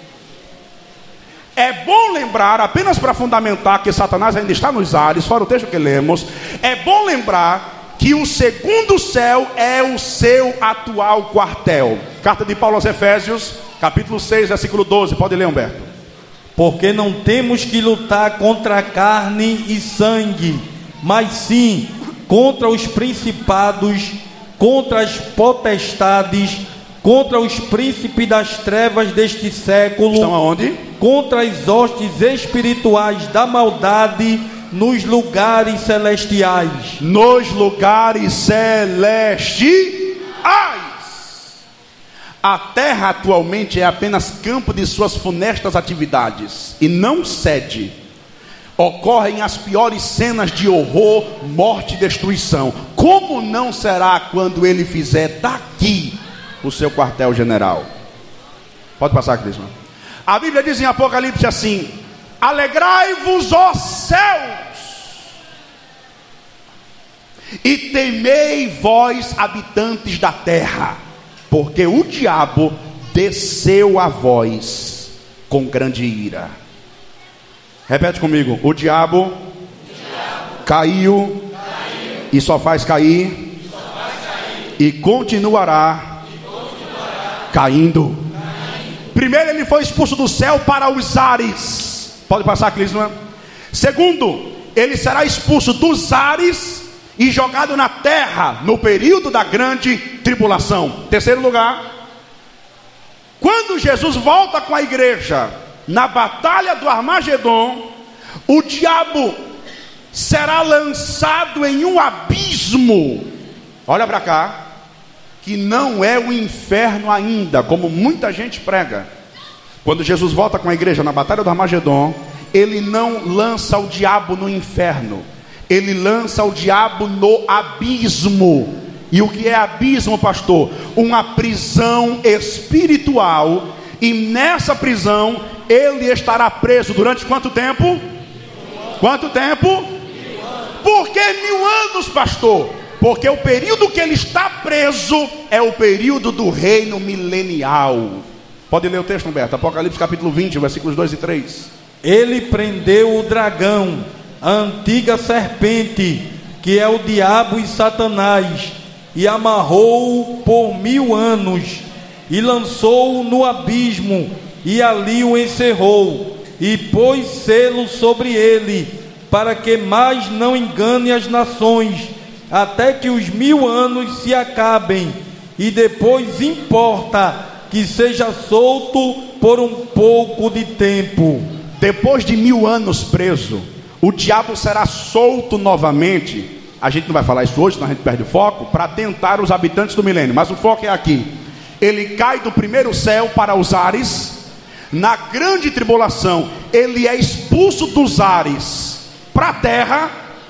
É bom lembrar, apenas para fundamentar que Satanás ainda está nos ares, fora o texto que lemos, é bom lembrar que o segundo céu é o seu atual quartel. Carta de Paulo aos Efésios, capítulo seis, versículo doze. Pode ler, Humberto. Porque não temos que lutar contra carne e sangue, mas sim contra os principados, contra as potestades, contra os príncipes das trevas deste século. Estão aonde? Contra as hostes espirituais da maldade nos lugares celestiais. Nos lugares celestiais. A terra atualmente é apenas campo de suas funestas atividades e não sede. Ocorrem as piores cenas de horror, morte e destruição. Como não será quando ele fizer daqui o seu quartel-general? Pode passar, Crisma. A Bíblia diz em Apocalipse assim: alegrai-vos, ó céus, e temei vós, habitantes da terra, porque o diabo desceu a vós com grande ira. Repete comigo: o diabo, o diabo caiu, caiu, e só faz cair, e, só faz cair, e, continuará, e continuará caindo. caindo. Primeiro, ele foi expulso do céu para os ares. Pode passar, Clisma. Segundo, ele será expulso dos ares e jogado na terra no período da grande tribulação. Terceiro lugar, quando Jesus volta com a igreja na batalha do Armagedon, o diabo será lançado em um abismo. Olha para cá, que não é o inferno ainda, como muita gente prega. Quando Jesus volta com a igreja na batalha do Armagedon, ele não lança o diabo no inferno, ele lança o diabo no abismo. E o que é abismo, pastor? Uma prisão espiritual. E nessa prisão ele estará preso durante quanto tempo? Quanto tempo? Por que mil anos, pastor? Porque o período que ele está preso é o período do reino milenial. Pode ler o texto, Humberto. Apocalipse capítulo vinte, versículos dois e três. Ele prendeu o dragão, a antiga serpente, que é o diabo e Satanás, e amarrou-o por mil anos, e lançou-o no abismo, e ali o encerrou, e pôs selo sobre ele, para que mais não engane as nações, até que os mil anos se acabem, e depois importa que seja solto por um pouco de tempo. Depois de mil anos preso, o diabo será solto novamente. A gente não vai falar isso hoje, senão a gente perde o foco, para tentar os habitantes do milênio, mas o foco é aqui. Ele cai do primeiro céu para os ares. Na grande tribulação, ele é expulso dos ares para a terra.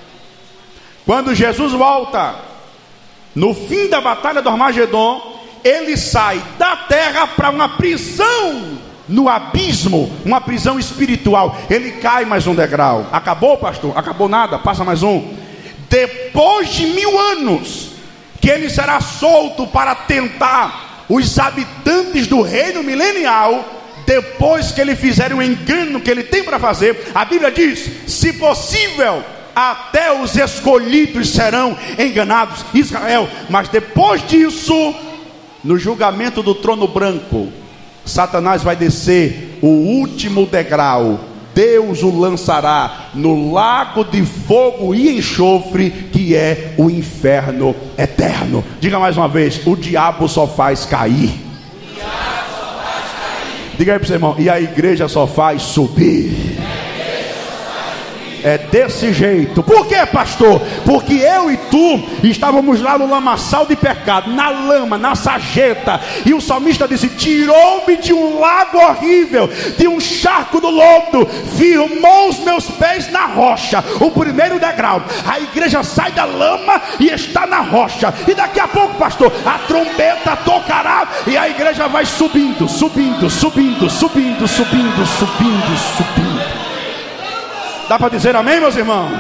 Quando Jesus volta no fim da batalha do Armagedon, ele sai da terra para uma prisão no abismo, uma prisão espiritual. Ele cai mais um degrau. Acabou, pastor? Acabou nada, passa mais um. Depois de mil anos, que ele será solto para tentar os habitantes do reino milenial. Depois que ele fizer o engano que ele tem para fazer, a Bíblia diz: se possível, até os escolhidos serão enganados, Israel. Mas depois disso, no julgamento do trono branco, Satanás vai descer o último degrau. Deus o lançará no lago de fogo e enxofre, que é o inferno eterno. Diga mais uma vez: o diabo só faz cair. O diabo só faz cair. Diga aí para o seu irmão: e a igreja só faz subir. é desse jeito. Por quê, pastor? Porque eu e tu estávamos lá no lamaçal de pecado, na lama, na sarjeta, e o salmista disse: tirou-me de um lago horrível, de um charco do lodo, firmou os meus pés na rocha. O primeiro degrau, a igreja sai da lama e está na rocha, e daqui a pouco, pastor, a trombeta tocará e a igreja vai subindo, subindo, subindo, subindo, subindo, subindo, subindo. Dá para dizer amém, meus irmãos?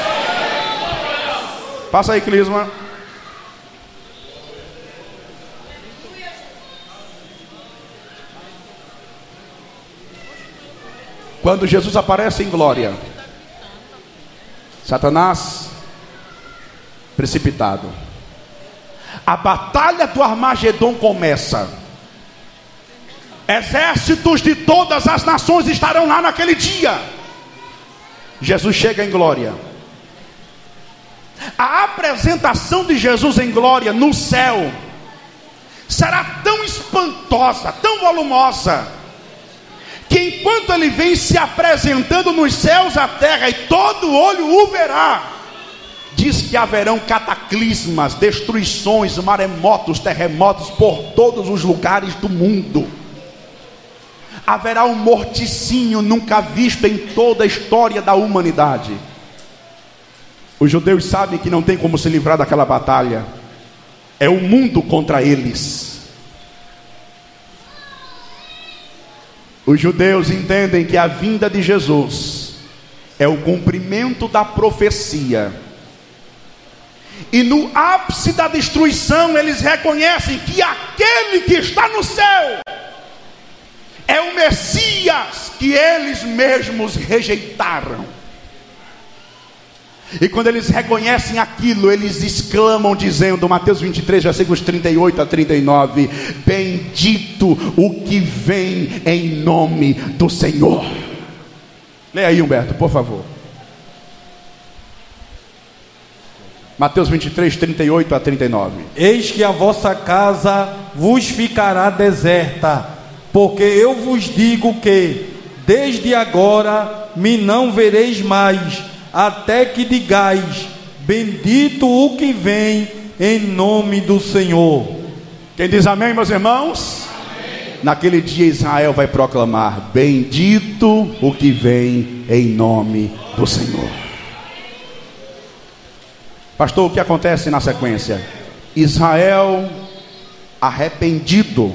Passa aí, Clisma. Quando Jesus aparece em glória, Satanás precipitado, a batalha do Armagedon começa. Exércitos de todas as nações estarão lá naquele dia. Jesus chega em glória. A apresentação de Jesus em glória no céu será tão espantosa, tão volumosa, que enquanto ele vem se apresentando nos céus, a terra, e todo olho o verá, diz que haverão cataclismas, destruições, maremotos, terremotos por todos os lugares do mundo. Haverá um morticínio nunca visto em toda a história da humanidade. Os judeus sabem que não tem como se livrar daquela batalha. É o mundo contra eles. Os judeus entendem que a vinda de Jesus é o cumprimento da profecia. E no ápice da destruição, eles reconhecem que aquele que está no céu é o Messias que eles mesmos rejeitaram. E quando eles reconhecem aquilo, eles exclamam dizendo, Mateus vinte e três, versículos trinta e oito a trinta e nove: bendito o que vem em nome do Senhor. Leia aí, Humberto, por favor. Mateus vinte e três, trinta e oito a trinta e nove. Eis que a vossa casa vos ficará deserta, porque eu vos digo que desde agora me não vereis mais, até que digais, bendito o que vem em nome do Senhor. Quem diz amém, meus irmãos? Amém. Naquele dia Israel vai proclamar, bendito o que vem em nome do Senhor. Pastor, o que acontece na sequência? Israel arrependido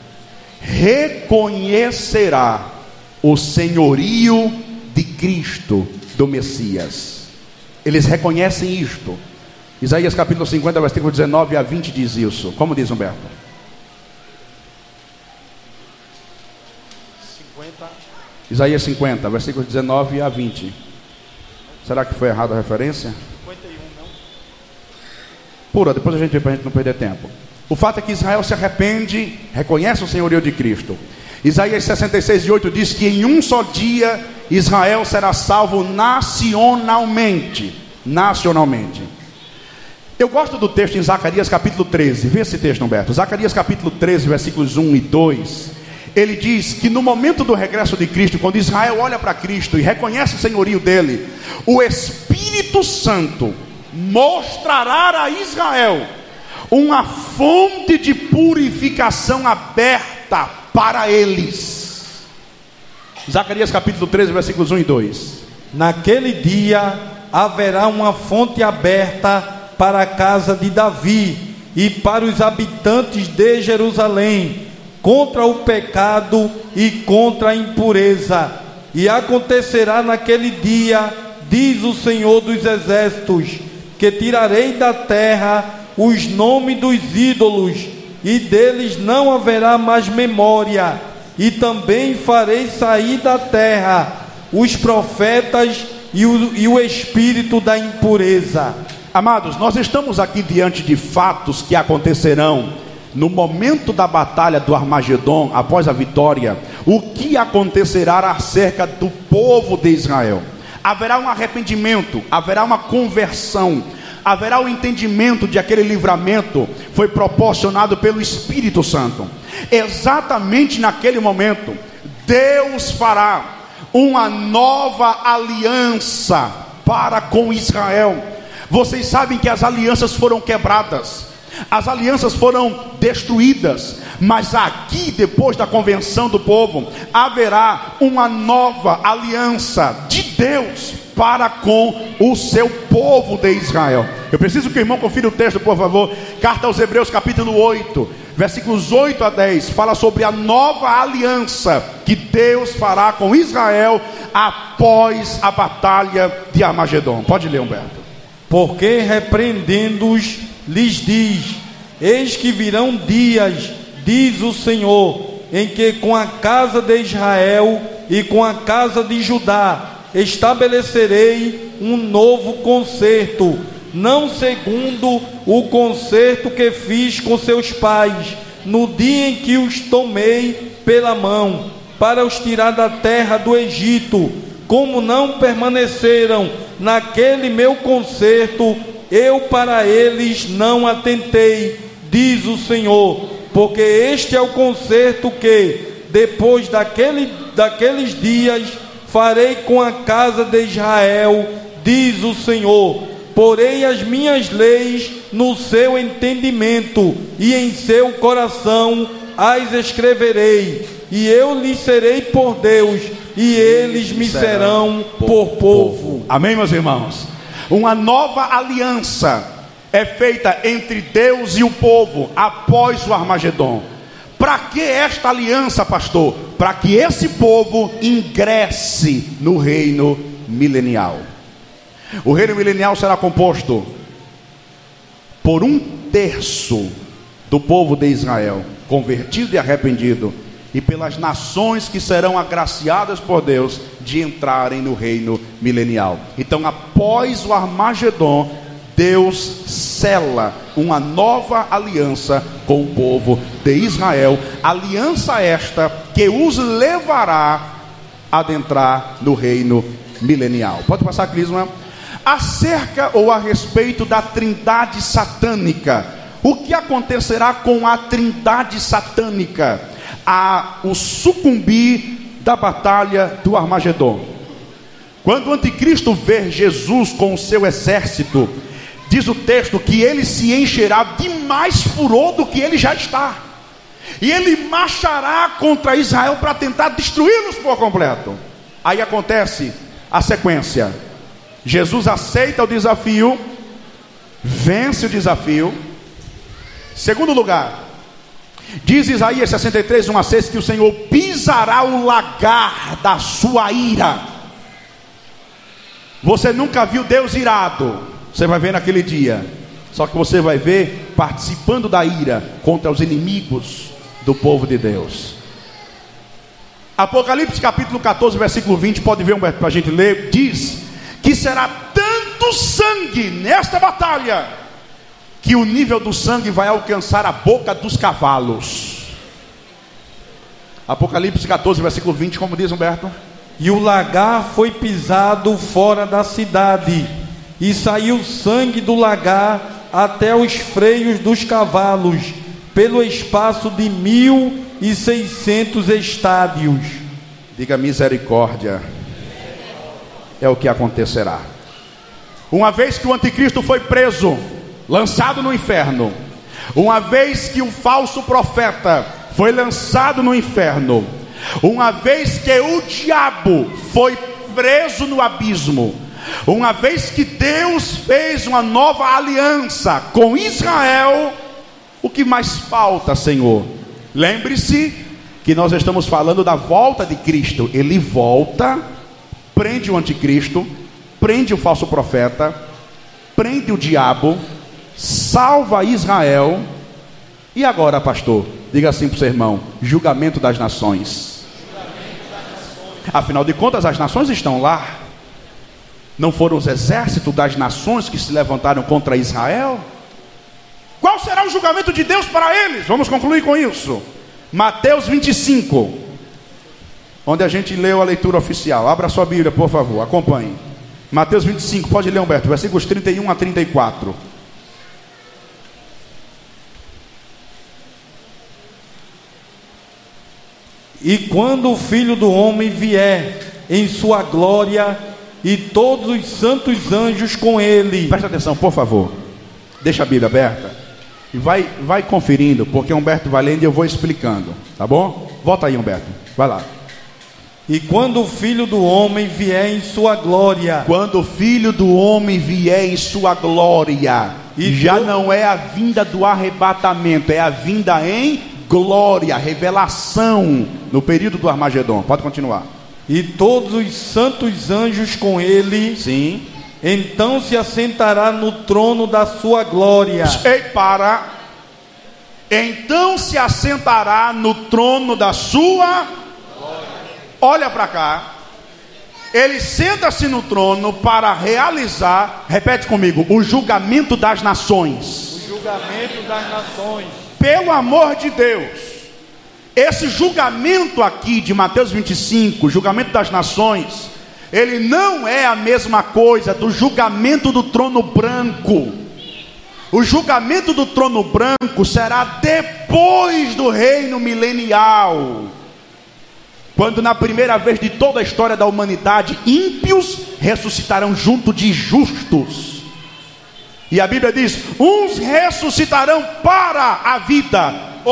reconhecerá o senhorio de Cristo, do Messias. Eles reconhecem isto. Isaías capítulo cinquenta, versículo dezenove a vinte diz isso. Como diz Humberto? cinquenta. Isaías cinquenta, versículos dezenove a vinte. Será que foi errada a referência? cinquenta e um, não? Pura, depois a gente vê para a gente não perder tempo. O fato é que Israel se arrepende, reconhece o senhorio de Cristo. Isaías sessenta e seis, oito diz que em um só dia Israel será salvo nacionalmente. Nacionalmente. Eu gosto do texto em Zacarias capítulo treze. Vê esse texto, Humberto. Zacarias capítulo treze, versículos um e dois. Ele diz que no momento do regresso de Cristo, quando Israel olha para Cristo e reconhece o senhorio dele, o Espírito Santo mostrará a Israel uma fonte de purificação aberta para eles. Zacarias capítulo treze, versículos um e dois. Naquele dia haverá uma fonte aberta para a casa de Davi e para os habitantes de Jerusalém, contra o pecado e contra a impureza. E acontecerá naquele dia, diz o Senhor dos Exércitos, que tirarei da terra os nomes dos ídolos, e deles não haverá mais memória, e também farei sair da terra os profetas e o, e o espírito da impureza. Amados, nós estamos aqui diante de fatos que acontecerão no momento da batalha do Armagedon, após a vitória. O que acontecerá acerca do povo de Israel? Haverá um arrependimento, haverá uma conversão, haverá o entendimento de aquele livramento foi proporcionado pelo Espírito Santo. Exatamente naquele momento, Deus fará uma nova aliança para com Israel. Vocês sabem que as alianças foram quebradas, as alianças foram destruídas, mas aqui, depois da convenção do povo, haverá uma nova aliança de Deus para com o seu povo de Israel. Eu preciso que o irmão confira o texto, por favor. Carta aos Hebreus, capítulo oito, versículos oito a dez, fala sobre a nova aliança que Deus fará com Israel após a batalha de Armagedon. Pode ler, Humberto. Porque repreendendo-os, lhes diz: eis que virão dias, diz o Senhor, em que com a casa de Israel e com a casa de Judá estabelecerei um novo concerto, não segundo o concerto que fiz com seus pais, no dia em que os tomei pela mão, para os tirar da terra do Egito. Como não permaneceram naquele meu concerto, eu para eles não atentei, diz o Senhor, porque este é o concerto que, depois daquele, daqueles dias, farei com a casa de Israel, diz o Senhor. Porei as minhas leis no seu entendimento, e em seu coração as escreverei, e eu lhes serei por Deus, e eles me serão por povo. Amém, meus irmãos? Uma nova aliança é feita entre Deus e o povo após o Armagedon. Para que esta aliança, pastor? Para que esse povo ingresse no reino milenial. O reino milenial será composto por um terço do povo de Israel, convertido e arrependido, e pelas nações que serão agraciadas por Deus de entrarem no reino milenial. Então, após o Armagedon, Deus sela uma nova aliança com o povo de Israel, aliança esta que os levará a adentrar no reino milenial. Pode passar, Crisma? Acerca ou a respeito da trindade satânica, o que acontecerá com a trindade satânica? A, o sucumbir da batalha do Armagedon. Quando o anticristo ver Jesus com o seu exército, diz o texto que ele se encherá de mais furor do que ele já está, e ele marchará contra Israel para tentar destruí-los por completo. Aí acontece a sequência: Jesus aceita o desafio, vence o desafio. Segundo lugar, diz Isaías sessenta e três, um a seis, que o Senhor pisará o lagar da sua ira. Você nunca viu Deus irado, você vai ver naquele dia. Só que você vai ver participando da ira contra os inimigos do povo de Deus. Apocalipse capítulo catorze, versículo vinte, pode ver, Humberto, para a gente ler. Diz que será tanto sangue nesta batalha, que o nível do sangue vai alcançar a boca dos cavalos. Apocalipse catorze, versículo vinte, como diz, Humberto? E o lagar foi pisado fora da cidade, e saiu sangue do lagar até os freios dos cavalos, pelo espaço de mil e seiscentos estádios. Diga misericórdia. É o que acontecerá. Uma vez que o anticristo foi preso, lançado no inferno, uma vez que o falso profeta foi lançado no inferno, uma vez que o diabo foi preso no abismo, uma vez que Deus fez uma nova aliança com Israel, o que mais falta, Senhor? Lembre-se que nós estamos falando da volta de Cristo. Ele volta, prende o anticristo, prende o falso profeta, prende o diabo, salva Israel. E agora, pastor, diga assim para o seu irmão: julgamento das nações. Afinal de contas, as nações estão lá. Não foram os exércitos das nações que se levantaram contra Israel? Qual será o julgamento de Deus para eles? Vamos concluir com isso. Mateus vinte e cinco, onde a gente leu a leitura oficial. Abra sua Bíblia, por favor, acompanhe. Mateus vinte e cinco, pode ler, Humberto, versículos trinta e um a trinta e quatro. E quando o Filho do Homem vier em sua glória, e todos os santos anjos com ele. Presta atenção, por favor. Deixa a Bíblia aberta e vai, vai conferindo, porque Humberto vai lendo e eu vou explicando, tá bom? Volta aí, Humberto, vai lá. E quando o Filho do Homem vier em sua glória, quando o Filho do Homem vier em sua glória, e já to... não é a vinda do arrebatamento, é a vinda em glória, revelação, no período do Armagedon. Pode continuar. E todos os santos anjos com ele. Sim. Então se assentará no trono da sua glória. Ei, para. Então se assentará no trono da sua glória. Olha para cá. Ele senta-se no trono para realizar, repete comigo, o julgamento das nações. O julgamento das nações. Pelo amor de Deus, esse julgamento aqui de Mateus vinte e cinco, julgamento das nações, ele não é a mesma coisa do julgamento do trono branco. O julgamento do trono branco será depois do reino milenial, quando na primeira vez de toda a história da humanidade, ímpios ressuscitarão junto de justos. E a Bíblia diz: uns ressuscitarão para a vida,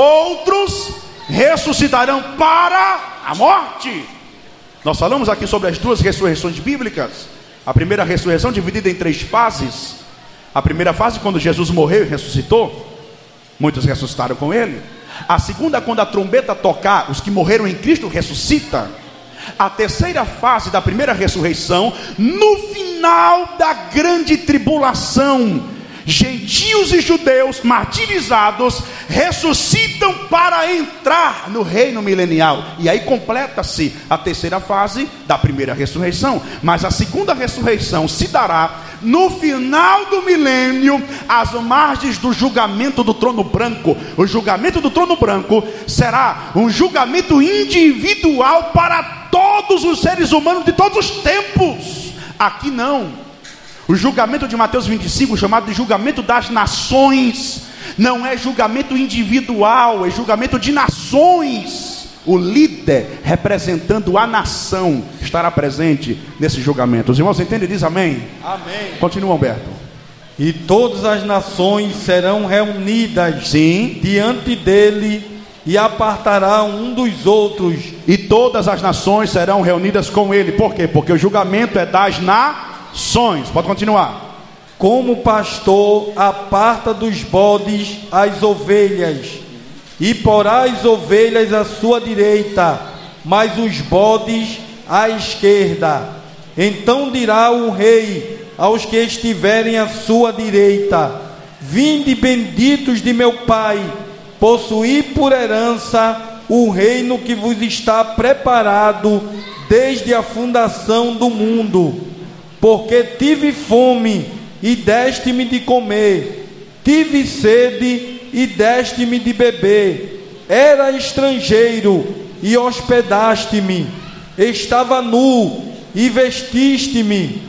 outros ressuscitarão para a morte. Nós falamos aqui sobre as duas ressurreições bíblicas. A primeira ressurreição dividida em três fases. A primeira fase, quando Jesus morreu e ressuscitou, muitos ressuscitaram com ele. A segunda, quando a trombeta tocar, os que morreram em Cristo ressuscitam. A terceira fase da primeira ressurreição, no final da grande tribulação, gentios e judeus martirizados ressuscitam para entrar no reino milenial. E aí completa-se a terceira fase da primeira ressurreição. Mas a segunda ressurreição se dará no final do milênio, às margens do julgamento do trono branco. O julgamento do trono branco será um julgamento individual para todos os seres humanos de todos os tempos. Aqui não. O julgamento de Mateus vinte e cinco, chamado de julgamento das nações, não é julgamento individual, é julgamento de nações. O líder representando a nação estará presente nesse julgamento. Os irmãos entendem? Diz amém. Amém. Continua, Humberto. E todas as nações serão reunidas, sim, diante dele, e apartará um dos outros. E todas as nações serão reunidas com ele. Por quê? Porque o julgamento é das nações. Pode continuar. Como pastor aparta dos bodes as ovelhas, e porá as ovelhas à sua direita, mas os bodes à esquerda. Então dirá o rei aos que estiverem à sua direita: vinde, benditos de meu Pai, possuí por herança o reino que vos está preparado desde a fundação do mundo. Porque tive fome e deste-me de comer, tive sede e deste-me de beber, era estrangeiro e hospedaste-me, estava nu e vestiste-me,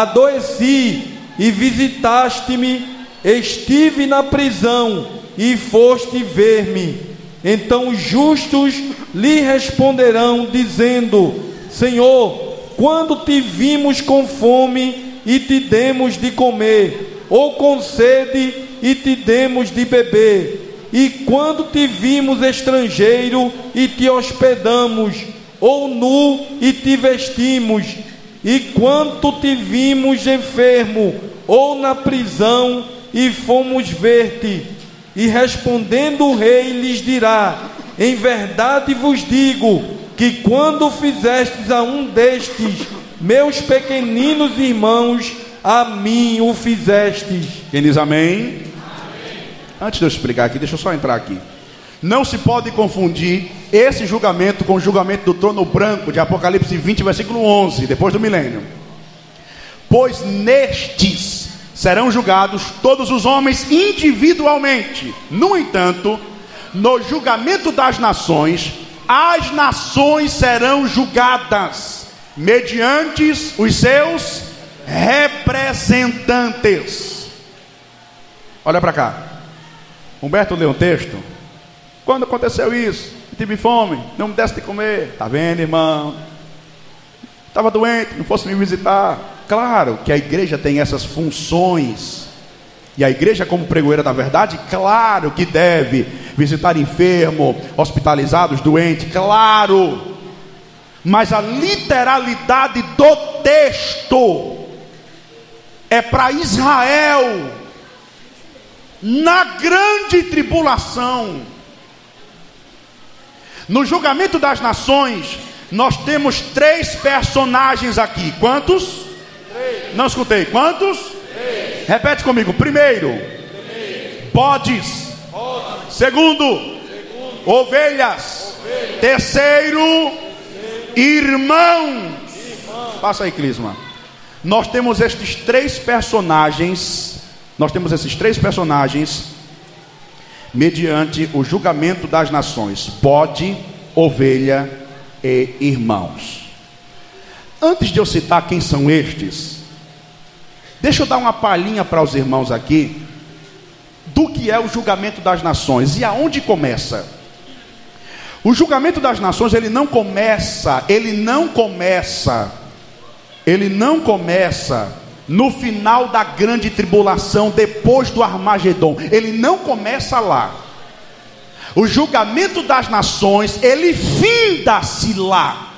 adoeci e visitaste-me, estive na prisão e foste ver-me. Então os justos lhe responderão, dizendo: Senhor, quando te vimos com fome e te demos de comer, ou com sede e te demos de beber? E quando te vimos estrangeiro e te hospedamos, ou nu e te vestimos? E quando te vimos enfermo ou na prisão e fomos ver-te? E respondendo o rei lhes dirá: em verdade vos digo que quando fizestes a um destes meus pequeninos irmãos, a mim o fizestes. Quem diz amém? Amém? Antes de eu explicar aqui, deixa eu só entrar aqui. Não se pode confundir esse julgamento com o julgamento do trono branco de Apocalipse vinte, versículo onze, depois do milênio. Pois nestes serão julgados todos os homens individualmente. No entanto, no julgamento das nações, as nações serão julgadas mediante os seus representantes. Olha para cá. Humberto leu um texto. Quando aconteceu isso? Tive fome, não me desse de comer. Tá vendo, irmão? Estava doente, não fosse me visitar. Claro que a igreja tem essas funções. E a igreja, como pregoeira da verdade, claro que deve visitar enfermo, hospitalizados, doentes, claro. Mas a literalidade do texto é para Israel, na grande tribulação. No julgamento das nações, nós temos três personagens aqui. Quantos? Três. Não escutei. Quantos? Três. Repete comigo. Primeiro, Três. bodes. Bodes. Segundo, Segundo. Ovelhas. Ovelhas. Terceiro, Terceiro. Irmãos. Irmãos. Passa aí, Clisma. Nós temos estes três personagens. Nós temos esses três personagens mediante o julgamento das nações: bode, ovelha e irmãos. Antes de eu citar quem são estes, deixa eu dar uma palhinha para os irmãos aqui do que é o julgamento das nações e aonde começa. O julgamento das nações, ele não começa, ele não começa, ele não começa no final da grande tribulação, depois do Armagedon. Ele não começa lá. O julgamento das nações, ele finda-se lá.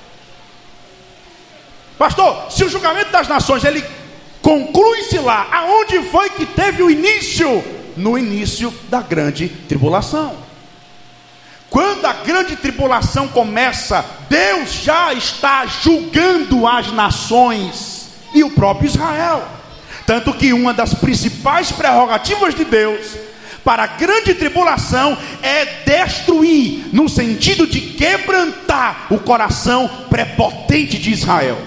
Pastor, se o julgamento das nações, ele conclui-se lá, aonde foi que teve o início? No início da grande tribulação. Quando a grande tribulação começa, Deus já está julgando as nações e o próprio Israel. Tanto que uma das principais prerrogativas de Deus para a grande tribulação é destruir, no sentido de quebrantar o coração prepotente de Israel.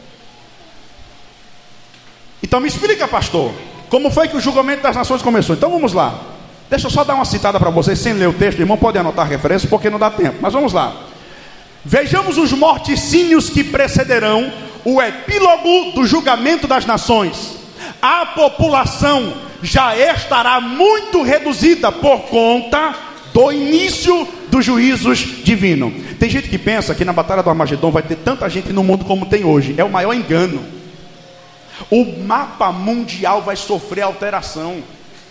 Então me explica, pastor, como foi que o julgamento das nações começou? Então vamos lá. Deixa eu só dar uma citada para vocês, sem ler o texto. Irmão, pode anotar a referência, porque não dá tempo. Mas vamos lá. Vejamos os morticínios que precederão o epílogo do julgamento das nações. A população já estará muito reduzida por conta do início dos juízos divinos. Tem gente que pensa que na batalha do Armagedon vai ter tanta gente no mundo como tem hoje. É o maior engano. O mapa mundial vai sofrer alteração.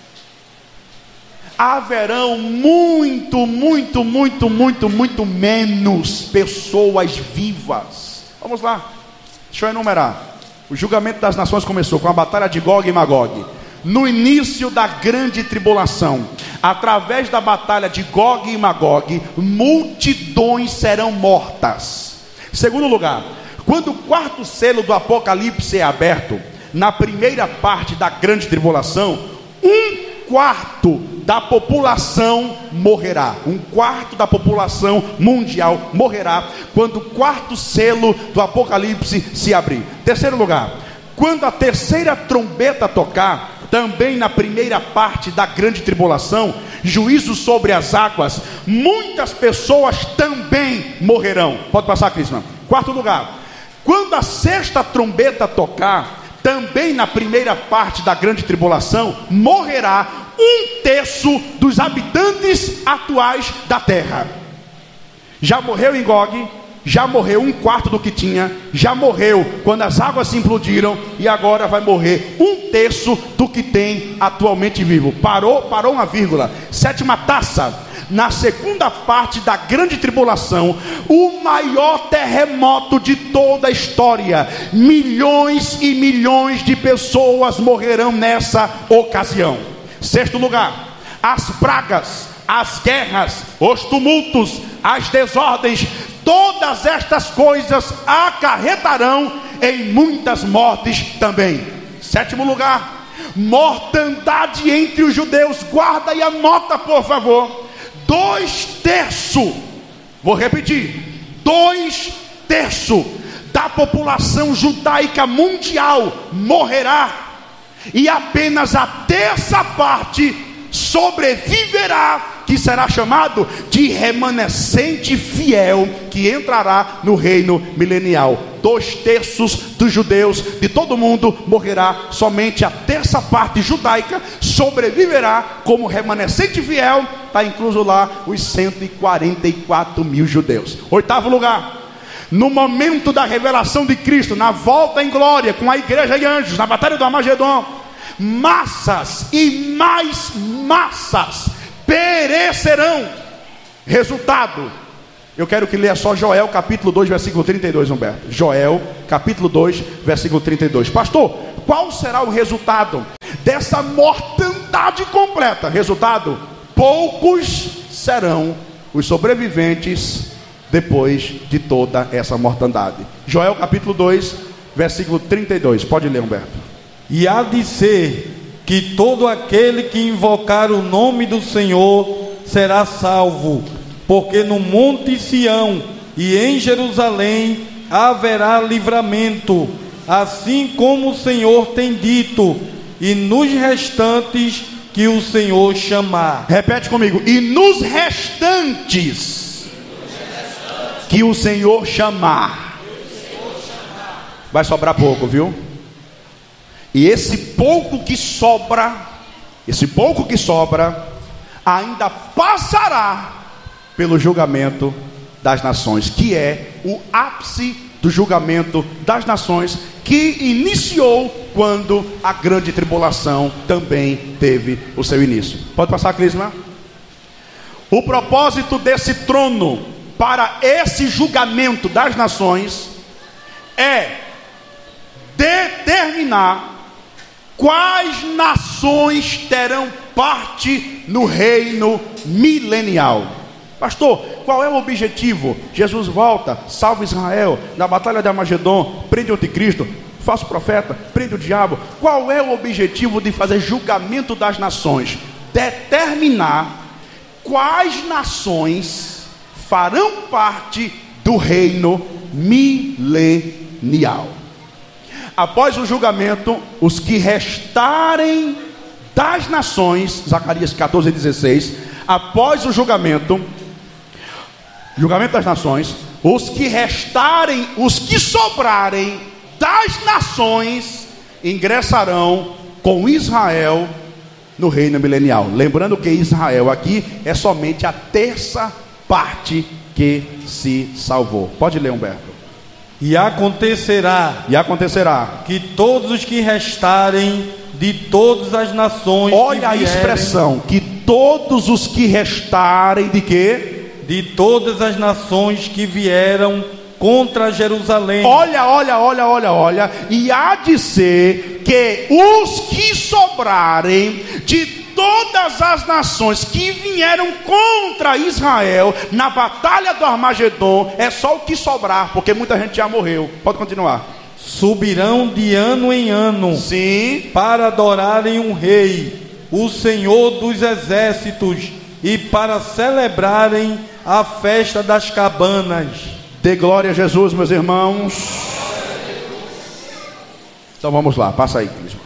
Haverão muito, muito, muito, muito, muito menos pessoas vivas. Vamos lá. Deixa eu enumerar. O julgamento das nações começou com a batalha de Gog e Magog. No início da grande tribulação, através da batalha de Gog e Magog, multidões serão mortas. Segundo lugar, quando o quarto selo do Apocalipse é aberto, na primeira parte da grande tribulação, um quarto da população morrerá. Um quarto da população mundial morrerá quando o quarto selo do Apocalipse se abrir. Terceiro lugar, quando a terceira trombeta tocar, também na primeira parte da grande tribulação, juízo sobre as águas, muitas pessoas também morrerão. Pode passar, Crisma. Quarto lugar, quando a sexta trombeta tocar, também na primeira parte da grande tribulação, morrerá um terço dos habitantes atuais da terra. Já morreu em Gog, já morreu um quarto do que tinha, já morreu quando as águas se implodiram, e agora vai morrer um terço do que tem atualmente vivo. Parou, parou uma vírgula. Sétima taça. Na segunda parte da grande tribulação, o maior terremoto de toda a história. Milhões e milhões de pessoas morrerão nessa ocasião. Sexto lugar, as pragas, as guerras, os tumultos, as desordens, todas estas coisas acarretarão em muitas mortes também. Sétimo lugar, mortandade entre os judeus. Guarda e anota, por favor. Dois terços, vou repetir, dois terços da população judaica mundial morrerá, e apenas a terça parte sobreviverá, que será chamado de remanescente fiel, que entrará no reino milenial. Dois terços dos judeus de todo mundo morrerá, somente a terça parte judaica sobreviverá como remanescente fiel. Está incluso lá os cento e quarenta e quatro mil judeus. Oitavo lugar, No momento da revelação de Cristo, na volta em glória com a igreja e anjos, na batalha do Armagedon, massas e mais massas perecerão. Resultado, eu quero que leia só Joel capítulo dois, versículo trinta e dois, Humberto. Joel capítulo dois, versículo trinta e dois. Pastor, qual será o resultado dessa mortandade completa? Resultado, poucos serão os sobreviventes depois de toda essa mortandade. Joel capítulo dois, versículo trinta e dois. Pode ler, Humberto. E há de ser que todo aquele que invocar o nome do Senhor será salvo, porque no monte Sião e em Jerusalém haverá livramento, assim como o Senhor tem dito, e nos restantes que o Senhor chamar. Repete comigo. E nos restantes que o Senhor chamar. Vai sobrar pouco, viu? E esse pouco que sobra, esse pouco que sobra, ainda passará pelo julgamento das nações, que é o ápice do julgamento das nações, que iniciou quando a grande tribulação também teve o seu início. Pode passar, Crisma? O propósito desse trono para esse julgamento das nações é determinar quais nações terão parte no reino milenial. Pastor, qual é o objetivo? Jesus volta, salva Israel, na batalha de Armagedon, prende o anticristo, falso profeta, prende o diabo. Qual é o objetivo de fazer julgamento das nações? Determinar quais nações farão parte do reino milenial. Após o julgamento, os que restarem das nações, Zacarias catorze, dezesseis, após o julgamento, julgamento das nações, os que restarem, os que sobrarem das nações, ingressarão com Israel no reino milenial. Lembrando que Israel aqui é somente a terça parte que se salvou. Pode ler, Humberto. E acontecerá, e acontecerá que todos os que restarem de todas as nações, olha a expressão, que todos os que restarem de quê? De todas as nações que vieram contra Jerusalém. Olha, olha, olha, olha, olha. E há de ser que os que sobrarem de todas as nações que vieram contra Israel na batalha do Armagedon, é só o que sobrar, porque muita gente já morreu. Pode continuar. Subirão de ano em ano, sim, para adorarem um rei, o Senhor dos exércitos, e para celebrarem a festa das cabanas. Dê glória a Jesus, meus irmãos. Então vamos lá, passa aí, Crisma.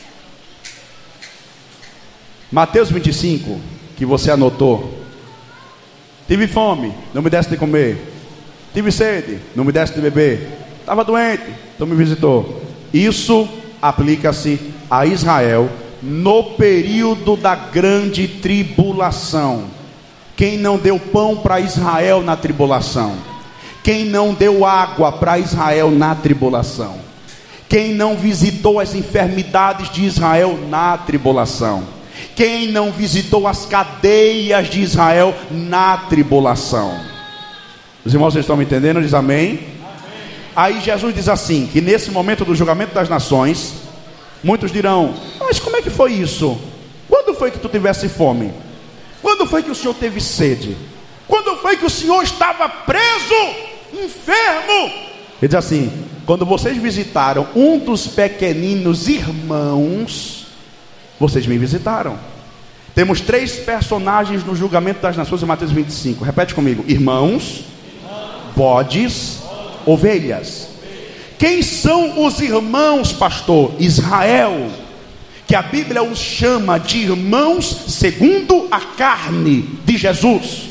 Mateus vinte e cinco, que você anotou. Tive fome, não me desse de comer. Tive sede, não me desse de beber. Estava doente, então me visitou. Isso aplica-se a Israel no período da grande tribulação. Quem não deu pão para Israel na tribulação? Quem não deu água para Israel na tribulação? Quem não visitou as enfermidades de Israel na tribulação? Quem não visitou as cadeias de Israel na tribulação? Os irmãos estão me entendendo? Diz amém? Amém. Aí Jesus diz assim, que nesse momento do julgamento das nações, muitos dirão, mas como é que foi isso? Quando foi que tu tivesse fome? Quando foi que o Senhor teve sede? Quando foi que o Senhor estava preso, enfermo? Ele diz assim, quando vocês visitaram um dos pequeninos irmãos, vocês me visitaram. Temos três personagens no julgamento das nações em Mateus vinte e cinco. Repete comigo. Irmãos, bodes, ovelhas. Quem são os irmãos, pastor? Israel, que a Bíblia os chama de irmãos segundo a carne de Jesus.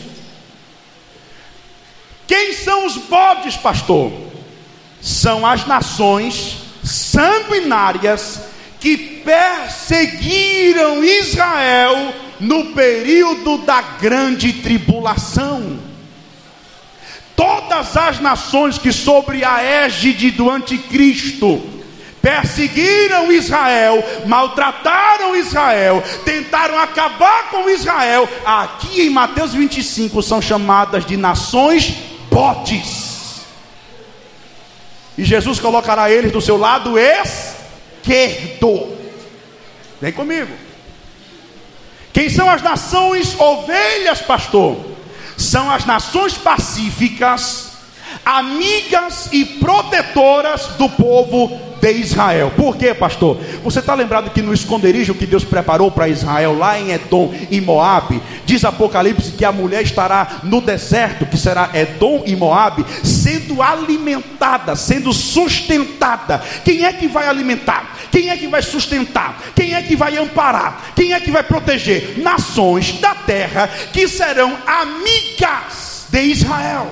Quem são os bodes, pastor? São as nações sanguinárias que perseguiram Israel no período da grande tribulação. todas as nações que sobre a égide do anticristo perseguiram Israel, maltrataram Israel, tentaram acabar com Israel, aqui em Mateus vinte e cinco são chamadas de nações bodes. E Jesus colocará eles do seu lado esquerdo. Vem comigo. Quem são as nações ovelhas, pastor? São as nações pacíficas, amigas e protetoras do povo de Israel. Por quê, pastor? Você está lembrado que no esconderijo que Deus preparou para Israel, lá em Edom e Moabe, diz Apocalipse que a mulher estará no deserto, que será Edom e Moabe, sendo alimentada, sendo sustentada. Quem é que vai alimentar? Quem é que vai sustentar? Quem é que vai amparar? Quem é que vai proteger? Nações da terra que serão amigas de Israel.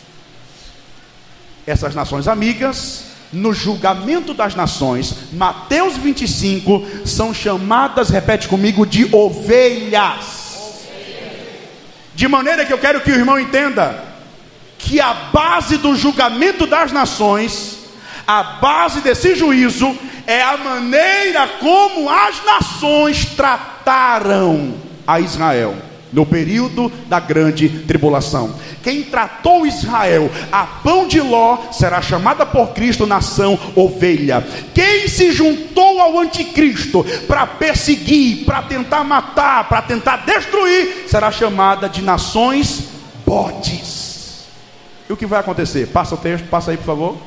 Essas nações amigas, no julgamento das nações, Mateus vinte e cinco, são chamadas, repete comigo, de ovelhas. De maneira que eu quero que o irmão entenda que a base do julgamento das nações, a base desse juízo, é a maneira como as nações trataram a Israel no período da grande tribulação. Quem tratou Israel a pão de ló será chamada por Cristo nação ovelha. Quem se juntou ao anticristo para perseguir, para tentar matar, para tentar destruir, será chamada de nações bodes. E o que vai acontecer? Passa o texto, passa aí por favor.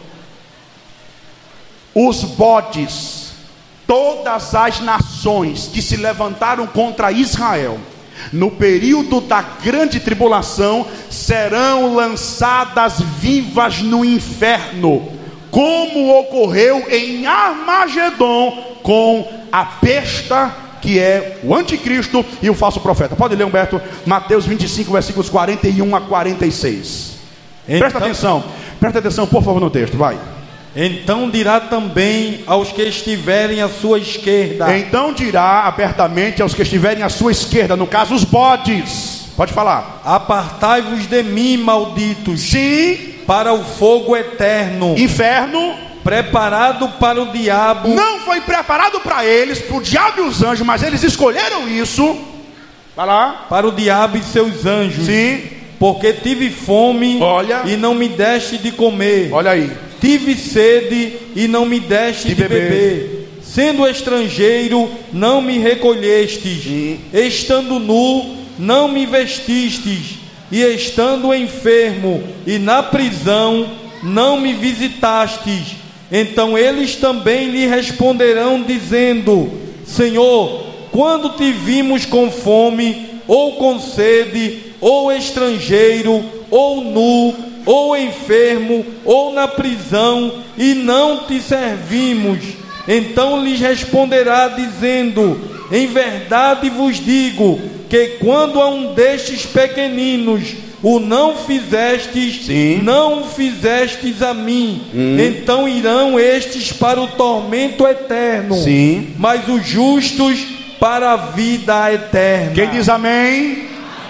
Os bodes, todas as nações que se levantaram contra Israel no período da grande tribulação, serão lançadas vivas no inferno, como ocorreu em Armagedon com a besta que é o anticristo e o falso profeta. Pode ler, Humberto, Mateus vinte e cinco, versículos quarenta e um a quarenta e seis. Então, presta atenção, presta atenção por favor no texto, vai. Então dirá também aos que estiverem à sua esquerda. Então dirá abertamente aos que estiverem à sua esquerda, no caso os bodes. Pode falar. Apartai-vos de mim, malditos. Sim. Para o fogo eterno. Inferno. Preparado para o diabo. Não foi preparado para eles, para o diabo e os anjos, mas eles escolheram isso. Vai lá. Para o diabo e seus anjos. Sim. Porque tive fome. Olha. E não me deste de comer. Olha aí. Tive sede e não me deste de, de beber. beber. Sendo estrangeiro, não me recolhestes. Sim. Estando nu, não me vestistes. E estando enfermo e na prisão, não me visitastes. Então eles também lhe responderão, dizendo: Senhor, quando te vimos com fome, ou com sede, ou estrangeiro, ou nu, ou enfermo, ou na prisão, e não te servimos? Então lhes responderá, dizendo: em verdade vos digo, que quando a um destes pequeninos o não fizestes, Sim. não o fizestes a mim. Hum. Então irão estes para o tormento eterno, Sim. mas os justos para a vida eterna. Quem diz amém? Amém.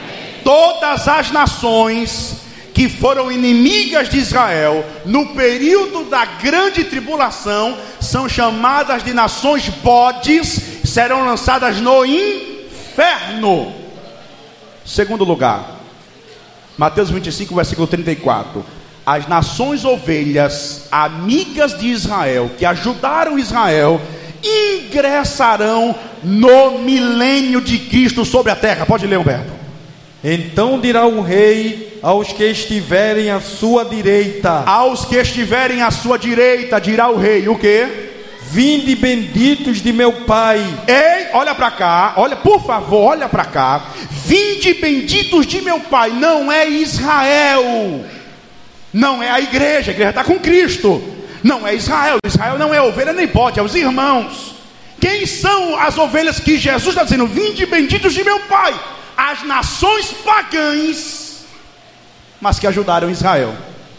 Todas as nações que foram inimigas de Israel no período da grande tribulação são chamadas de nações bodes, serão lançadas no inferno. Segundo lugar, Mateus vinte e cinco, versículo trinta e quatro. As nações ovelhas, amigas de Israel, que ajudaram Israel, ingressarão no milênio de Cristo sobre a terra. Pode ler, Humberto. Então dirá o rei aos que estiverem à sua direita. Aos que estiverem à sua direita, dirá o rei, o quê? Vinde benditos de meu Pai. Ei, olha para cá, olha, por favor, olha para cá. Vinde benditos de meu Pai. Não é Israel, não é a igreja, a igreja está com Cristo. Não é Israel, Israel não é ovelha nem bode, é os irmãos. Quem são as ovelhas que Jesus está dizendo? Vinde benditos de meu Pai. As nações pagãs, mas que ajudaram Israel.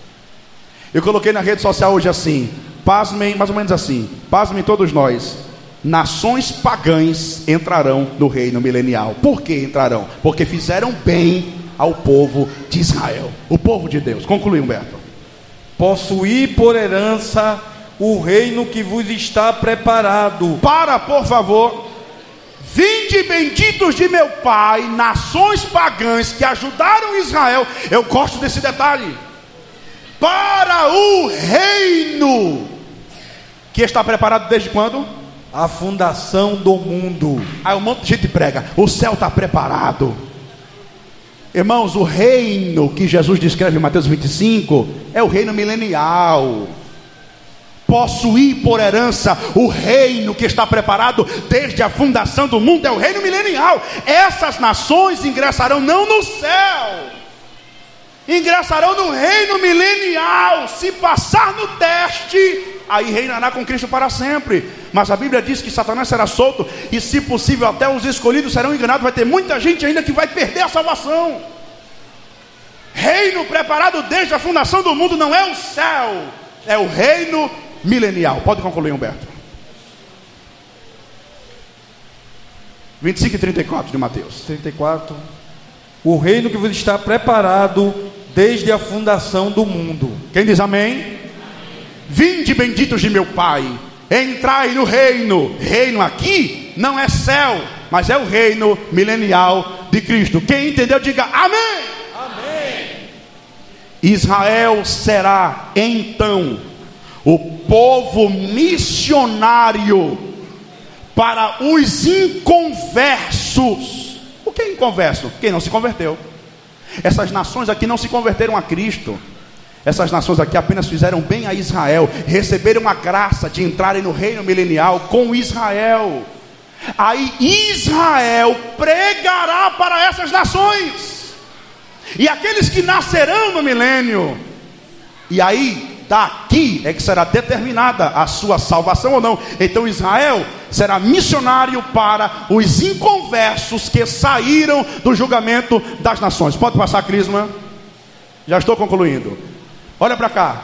Eu coloquei na rede social hoje assim, pasmem, mais ou menos assim, pasmem todos nós, nações pagãs entrarão no reino milenial. Por que entrarão? Porque fizeram bem ao povo de Israel, o povo de Deus. Conclui, Humberto. Possuir por herança o reino que vos está preparado. Para, por favor. Vinde benditos de meu Pai, nações pagãs que ajudaram Israel. Eu gosto desse detalhe. Para o reino que está preparado desde quando? A fundação do mundo. Aí um monte de gente prega, o céu está preparado. Irmãos, o reino que Jesus descreve em Mateus vinte e cinco é o reino milenial. Possuir por herança o reino que está preparado desde a fundação do mundo é o reino milenial. Essas nações ingressarão não no céu, ingressarão no reino milenial. Se passar no teste, aí reinará com Cristo para sempre. Mas a Bíblia diz que Satanás será solto, e se possível até os escolhidos serão enganados. Vai ter muita gente ainda que vai perder a salvação. Reino preparado desde a fundação do mundo não é o céu, é o reino milenial. Pode concluir, Humberto. vinte e cinco e trinta e quatro de Mateus. trinta e quatro. O reino que vos está preparado desde a fundação do mundo. Quem diz amém? Amém. Vinde benditos de meu Pai, entrai no reino. Reino aqui não é céu, mas é o reino milenial de Cristo. Quem entendeu, diga amém. Amém. Israel será então o povo missionário para os inconversos. O que é inconverso? Quem não se converteu. Essas nações aqui não se converteram a Cristo. Essas nações aqui apenas fizeram bem a Israel, receberam a graça de entrarem no reino milenial com Israel. Aí Israel pregará para essas nações, e aqueles que nascerão no milênio. E aí daqui é que será determinada a sua salvação ou não. Então Israel será missionário para os inconversos que saíram do julgamento das nações. Pode passar, Crisma? Já estou concluindo. Olha para cá.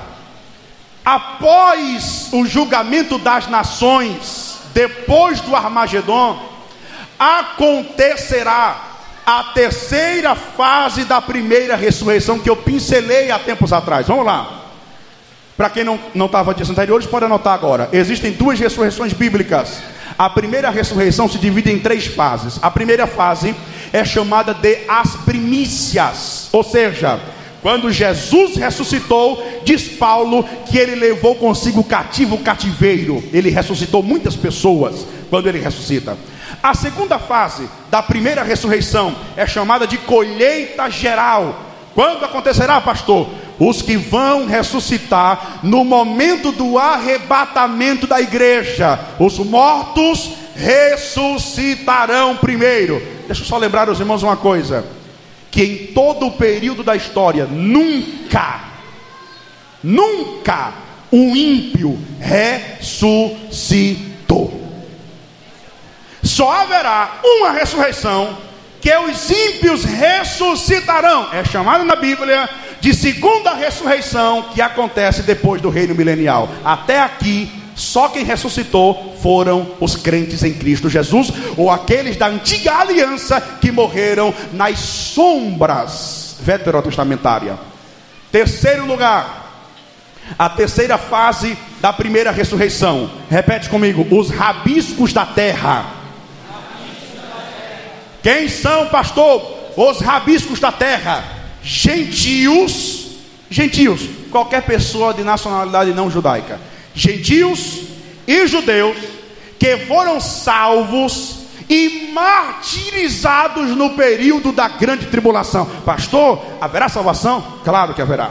Após o julgamento das nações, depois do Armagedon, acontecerá a terceira fase da primeira ressurreição, que eu pincelei há tempos atrás. Vamos lá. Para quem não não estava dias anteriores, pode anotar agora. Existem duas ressurreições bíblicas. A primeira ressurreição se divide em três fases. A primeira fase é chamada de as primícias. Ou seja, quando Jesus ressuscitou, diz Paulo que ele levou consigo cativo o cativeiro. Ele ressuscitou muitas pessoas quando ele ressuscita. A segunda fase da primeira ressurreição é chamada de colheita geral. Quando acontecerá, pastor? Os que vão ressuscitar no momento do arrebatamento da igreja. Os mortos ressuscitarão primeiro. Deixa eu só lembrar aos irmãos uma coisa: que em todo o período da história, nunca, nunca um ímpio ressuscitou. Só haverá uma ressurreição que os ímpios ressuscitarão. É chamada na Bíblia de segunda ressurreição, que acontece depois do reino milenial. Até aqui, só quem ressuscitou foram os crentes em Cristo Jesus, ou aqueles da antiga aliança que morreram nas sombras veterotestamentárias. Terceiro lugar, a terceira fase da primeira ressurreição. Repete comigo: os rabiscos da terra. Quem são, pastor? Os rabiscos da terra. Gentios, gentios, qualquer pessoa de nacionalidade não judaica, gentios e judeus que foram salvos e martirizados no período da grande tribulação. Pastor, haverá salvação? Claro que haverá.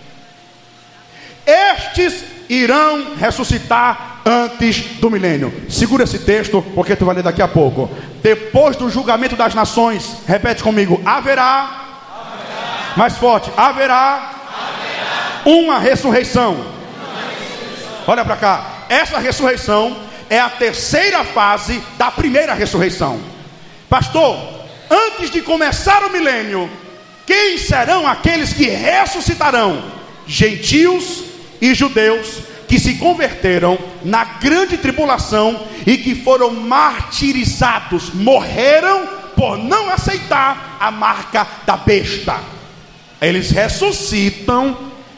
Estes irão ressuscitar antes do milênio. Segura esse texto, porque tu vai ler daqui a pouco. Depois do julgamento das nações, repete comigo: haverá, haverá. Mais forte: haverá, haverá. Uma ressurreição. Uma ressurreição. Olha para cá. Essa ressurreição é a terceira fase da primeira ressurreição. Pastor, antes de começar o milênio, quem serão aqueles que ressuscitarão? Gentios e judeus que se converteram na grande tribulação e que foram martirizados, morreram por não aceitar a marca da besta. Eles ressuscitam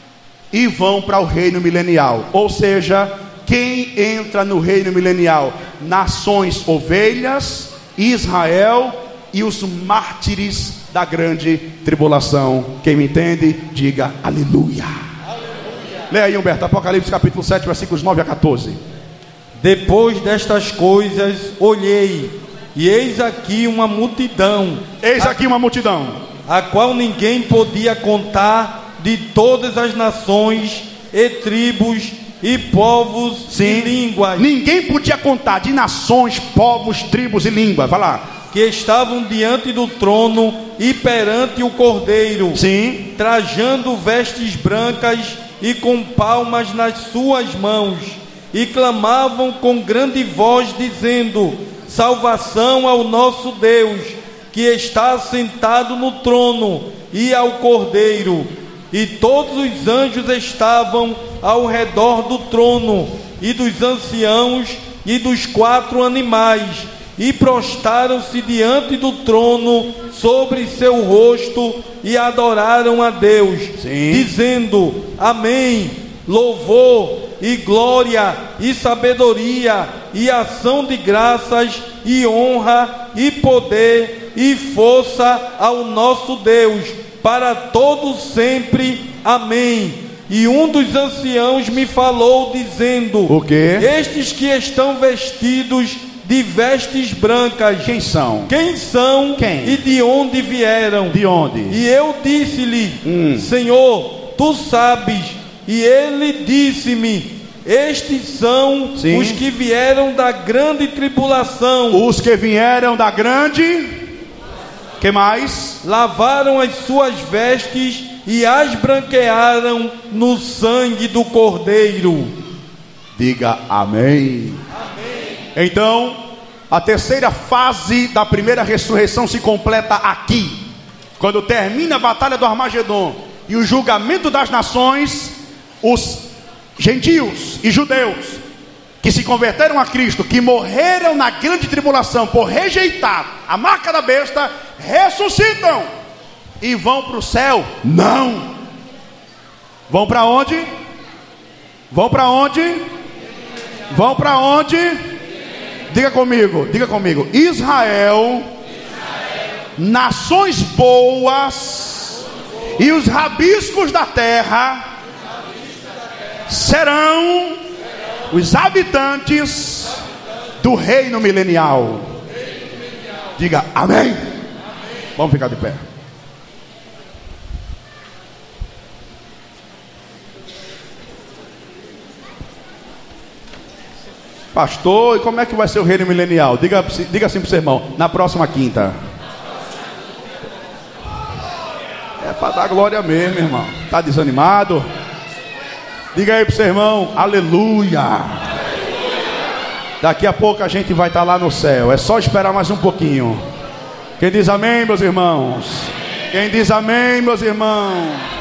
e vão para o reino milenial. Ou seja, quem entra no reino milenial? Nações ovelhas, Israel e os mártires da grande tribulação. Quem me entende, diga aleluia. Aleluia. Leia aí, Humberto, Apocalipse capítulo sete, versículos nove a quatorze. Depois destas coisas, olhei, e eis aqui uma multidão. Eis aqui uma multidão, a qual ninguém podia contar, de todas as nações e tribos e povos Sim. e línguas. Ninguém podia contar, de nações, povos, tribos e línguas. Vai lá. Que estavam diante do trono e perante o Cordeiro. Sim. Trajando vestes brancas e com palmas nas suas mãos. E clamavam com grande voz, dizendo: salvação ao nosso Deus, que está assentado no trono, e ao Cordeiro. E todos os anjos estavam ao redor do trono, e dos anciãos, e dos quatro animais, e prostaram-se diante do trono sobre seu rosto, e adoraram a Deus, Sim. dizendo: amém, louvor e glória e sabedoria e ação de graças e honra e poder e força ao nosso Deus, para todo sempre. Amém. E um dos anciãos me falou, dizendo: o quê? Estes que estão vestidos de vestes brancas, quem são? Quem são? Quem? E de onde vieram? De onde? E eu disse-lhe: hum. Senhor, tu sabes. E ele disse-me: estes são Sim. os que vieram da grande tribulação. Os que vieram da grande... que mais? Lavaram as suas vestes e as branquearam no sangue do Cordeiro. Diga amém. Amém. Então, a terceira fase da primeira ressurreição se completa aqui, quando termina a batalha do Armagedon e o julgamento das nações. Os gentios e judeus que se converteram a Cristo, que morreram na grande tribulação por rejeitar a marca da besta, ressuscitam e vão para o céu? Não. Vão para onde? Vão para onde? Vão para onde? Diga comigo, diga comigo. Israel, Israel. Nações boas e os rabiscos da terra serão os habitantes do reino milenial. Diga amém. Vamos ficar de pé. Pastor, e como é que vai ser o reino milenial? Diga, diga assim para o seu irmão: na próxima quinta. É para dar glória mesmo, irmão. Está desanimado? Diga aí para o seu irmão: aleluia. Aleluia. Daqui a pouco a gente vai estar lá no céu. É só esperar mais um pouquinho. Quem diz amém, meus irmãos? Quem diz amém, meus irmãos?